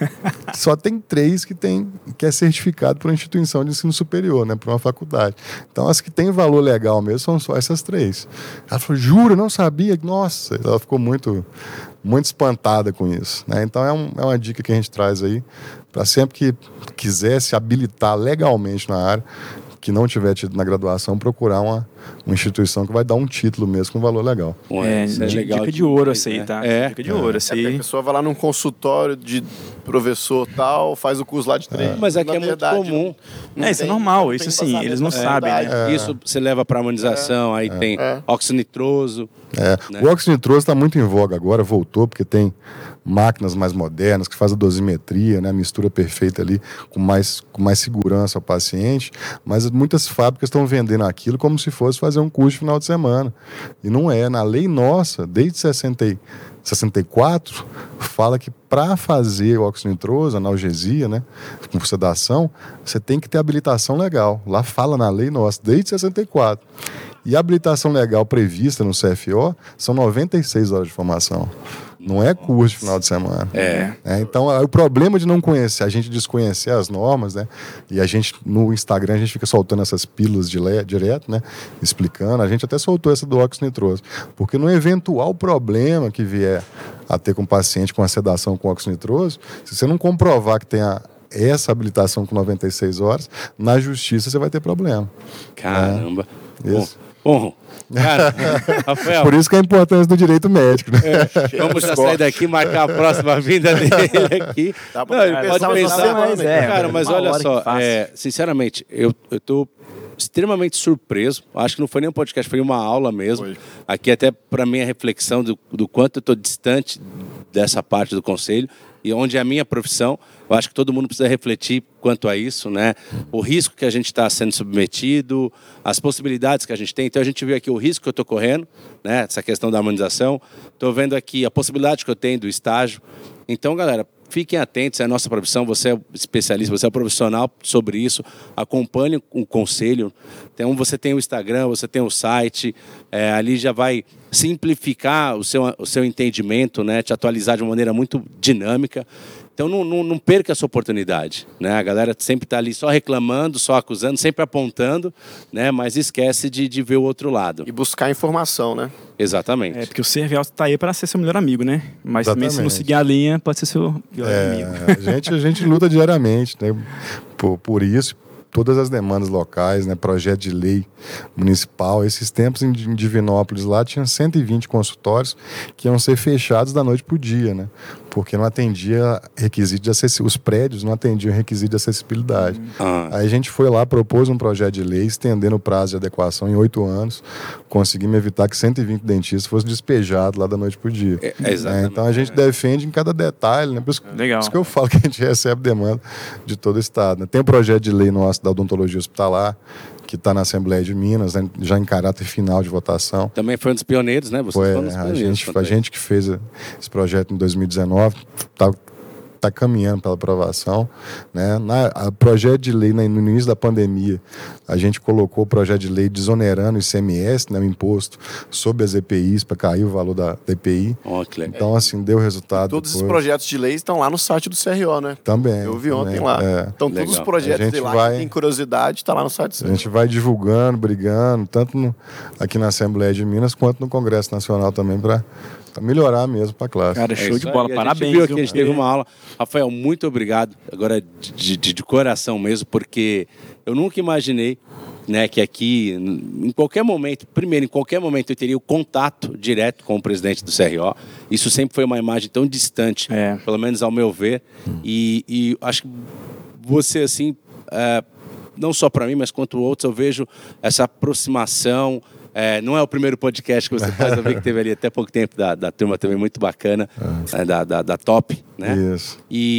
Só tem três que, tem, que é certificado por uma instituição de ensino superior, né, por uma faculdade. Então, as que têm valor legal mesmo são só essas três. Ela falou, jura, não sabia? Nossa, ela ficou muito, muito espantada com isso. Né? Então, é, um, é uma dica que a gente traz aí para sempre que quiser se habilitar legalmente na área, que não tiver tido na graduação, procurar uma, uma instituição que vai dar um título mesmo com valor legal. É, é legal dica de ouro essa aí, tá? É, dica de é. ouro essa aí. É, a pessoa vai lá num consultório de professor tal, faz o curso lá de três. É. Mas aqui na é verdade, muito comum. Não, não é, isso tem, é normal, não isso sim, eles não é. sabem, né? É. Isso você leva para harmonização, aí é. tem é. óxido nitroso. É. Né? O óxido nitroso está muito em voga agora, voltou, porque tem máquinas mais modernas que fazem a dosimetria, né, a mistura perfeita ali, com mais, com mais segurança ao paciente, mas muitas fábricas estão vendendo aquilo como se fosse fazer um curso de final de semana. E não é. Na lei nossa, desde sessenta e quatro, fala que para fazer o óxido nitroso, analgesia, né, com sedação, você tem que ter habilitação legal. Lá fala na lei nossa, desde sessenta e quatro. E a habilitação legal prevista no C F O são noventa e seis horas de formação. Não é curso de final de semana. É. É, então, o problema de não conhecer, a gente desconhecer as normas, né? E a gente, no Instagram, a gente fica soltando essas pílulas de le- direto, né? Explicando. A gente até soltou essa do óxido nitroso. Porque no eventual problema que vier a ter com o paciente com a sedação com óxido nitroso, se você não comprovar que tem a essa habilitação com noventa e seis horas, na justiça você vai ter problema. Caramba. É. Isso. Bom, cara, Rafael. Por isso que é a importância do direito médico, né? É, vamos já sair daqui e marcar a próxima vinda dele aqui. Dá pra Não, pensar pode pensar, mais, é, cara, é, mas uma olha hora só, que faz. é, sinceramente, eu, eu tô extremamente surpreso. Acho que não foi nem um podcast, foi uma aula mesmo. Foi. Aqui até para mim a reflexão do, do quanto eu tô distante dessa parte do conselho. e onde é a minha profissão, eu acho que todo mundo precisa refletir quanto a isso, né? O risco que a gente está sendo submetido, as possibilidades que a gente tem. Então a gente viu aqui o risco que eu estou correndo, né? Essa questão da harmonização. Estou vendo aqui a possibilidade que eu tenho do estágio. Então, galera, fiquem atentos, é a nossa profissão, você é especialista, você é profissional sobre isso, acompanhe o conselho. Então, você tem o Instagram, você tem o site, é, ali já vai simplificar o seu, o seu entendimento, né? Te atualizar de uma maneira muito dinâmica. Então não, não, não perca essa oportunidade, né? A galera sempre está ali só reclamando, só acusando, sempre apontando, né? Mas esquece de, de ver o outro lado. E buscar informação, né? Exatamente. É, porque o C R O está aí para ser seu melhor amigo, né? Mas também, se não Exatamente. seguir a linha, pode ser seu pior É, amigo. a gente, a gente luta diariamente, né? Por, por isso, todas as demandas locais, né? Projeto de lei municipal. Esses tempos em Divinópolis lá tinha cento e vinte consultórios que iam ser fechados da noite para o dia, né? Porque não atendia requisito de acessibilidade. Os prédios não atendiam requisito de acessibilidade. Ah. Aí a gente foi lá, propôs um projeto de lei, estendendo o prazo de adequação em oito anos. Conseguimos evitar que cento e vinte dentistas fossem despejados lá da noite para o dia. É, é exatamente. É, então a gente defende em cada detalhe, né? Por isso, Legal. por isso que eu falo que a gente recebe demanda de todo o estado, né? Tem um projeto de lei nosso da odontologia hospitalar, que está na Assembleia de Minas, né? Já em caráter final de votação. Também foi um dos pioneiros, né? Vocês Foi, foram um dos a, pioneiros. gente, a gente que fez esse projeto em dois mil e dezenove, tá, tá caminhando pela aprovação, né? Na, a projeto de lei, né, no início da pandemia, a gente colocou o projeto de lei desonerando o I C M S, né, o imposto sobre as E P Is, para cair o valor da, da E P I. Oh, que legal. Então, assim, deu resultado. Todos depois. os projetos de lei estão lá no site do C R O, né? Também. Eu vi também, ontem lá. é. Então, Legal. todos os projetos A gente de lá vai- que tem curiosidade, está lá no site do C A R O. gente vai divulgando, brigando, tanto no- aqui na Assembleia de Minas, quanto no Congresso Nacional também, para melhorar mesmo para a classe. Cara, É show isso de bola. aí. Parabéns. A gente viu aqui, viu, a gente cara? teve uma aula. Rafael, muito obrigado. Agora, de, de, de coração mesmo, porque eu nunca imaginei, né, que aqui, em qualquer momento, primeiro, em qualquer momento eu teria o contato direto com o presidente do C R O. Isso sempre foi uma imagem tão distante, É. pelo menos ao meu ver. E, e acho que você, assim, é, não só para mim, mas quanto outros, eu vejo essa aproximação. É, não é o primeiro podcast que você faz, eu vi que teve ali até pouco tempo da, da turma também muito bacana, né, da, da, da Top, né? Isso.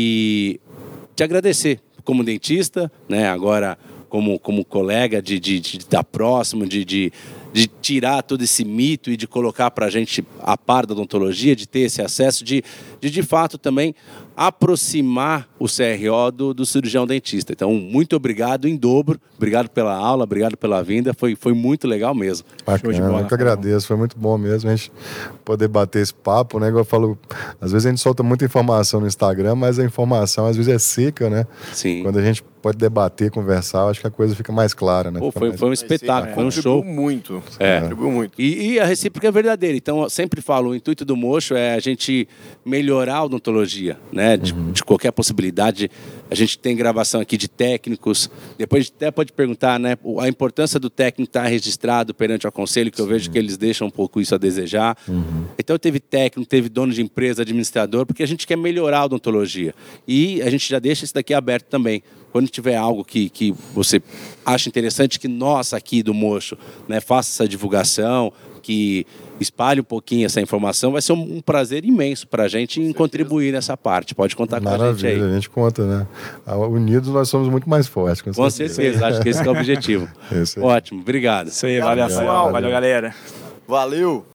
E te agradecer como dentista, né? Agora como, como colega de, de, de estar próximo, de, de, de tirar todo esse mito e de colocar para a gente a par da odontologia, de ter esse acesso, de de, de fato também aproximar o C R O do, do cirurgião dentista. Então, muito obrigado em dobro, obrigado pela aula, obrigado pela vinda, foi, foi muito legal mesmo. Bacana, de bola, eu que Rafael. agradeço, foi muito bom mesmo a gente poder bater esse papo, né? Igual eu falo, às vezes a gente solta muita informação no Instagram, mas a informação às vezes é seca, né? Sim. Quando a gente pode debater, conversar, acho que a coisa fica mais clara, né? Pô, Fica foi, mais- foi um espetáculo, foi um show. Contribuiu muito. É. Contribuiu muito. E, e a recíproca é verdadeira. Então, eu sempre falo, o intuito do Mocho é a gente melhorar a odontologia, né? De, de qualquer possibilidade. A gente tem gravação aqui de técnicos. Depois a gente até pode perguntar, né? A importância do técnico estar registrado perante o conselho, que eu vejo que eles deixam um pouco isso a desejar. Então, teve técnico, teve dono de empresa, administrador, porque a gente quer melhorar a odontologia. E a gente já deixa isso daqui aberto também. Quando tiver algo que, que você acha interessante, que nós aqui do Mocho, né, faça essa divulgação, que espalhe um pouquinho essa informação, vai ser um, um prazer imenso para a gente em contribuir nessa parte. Pode contar com a gente Maravilha, aí. a gente conta, né? Unidos nós somos muito mais fortes. Com Com certeza, acho que esse que é o objetivo. Esse aí. Ótimo, obrigado. Isso aí, valeu, Obrigado, Rafael. pessoal. Valeu, galera. Valeu!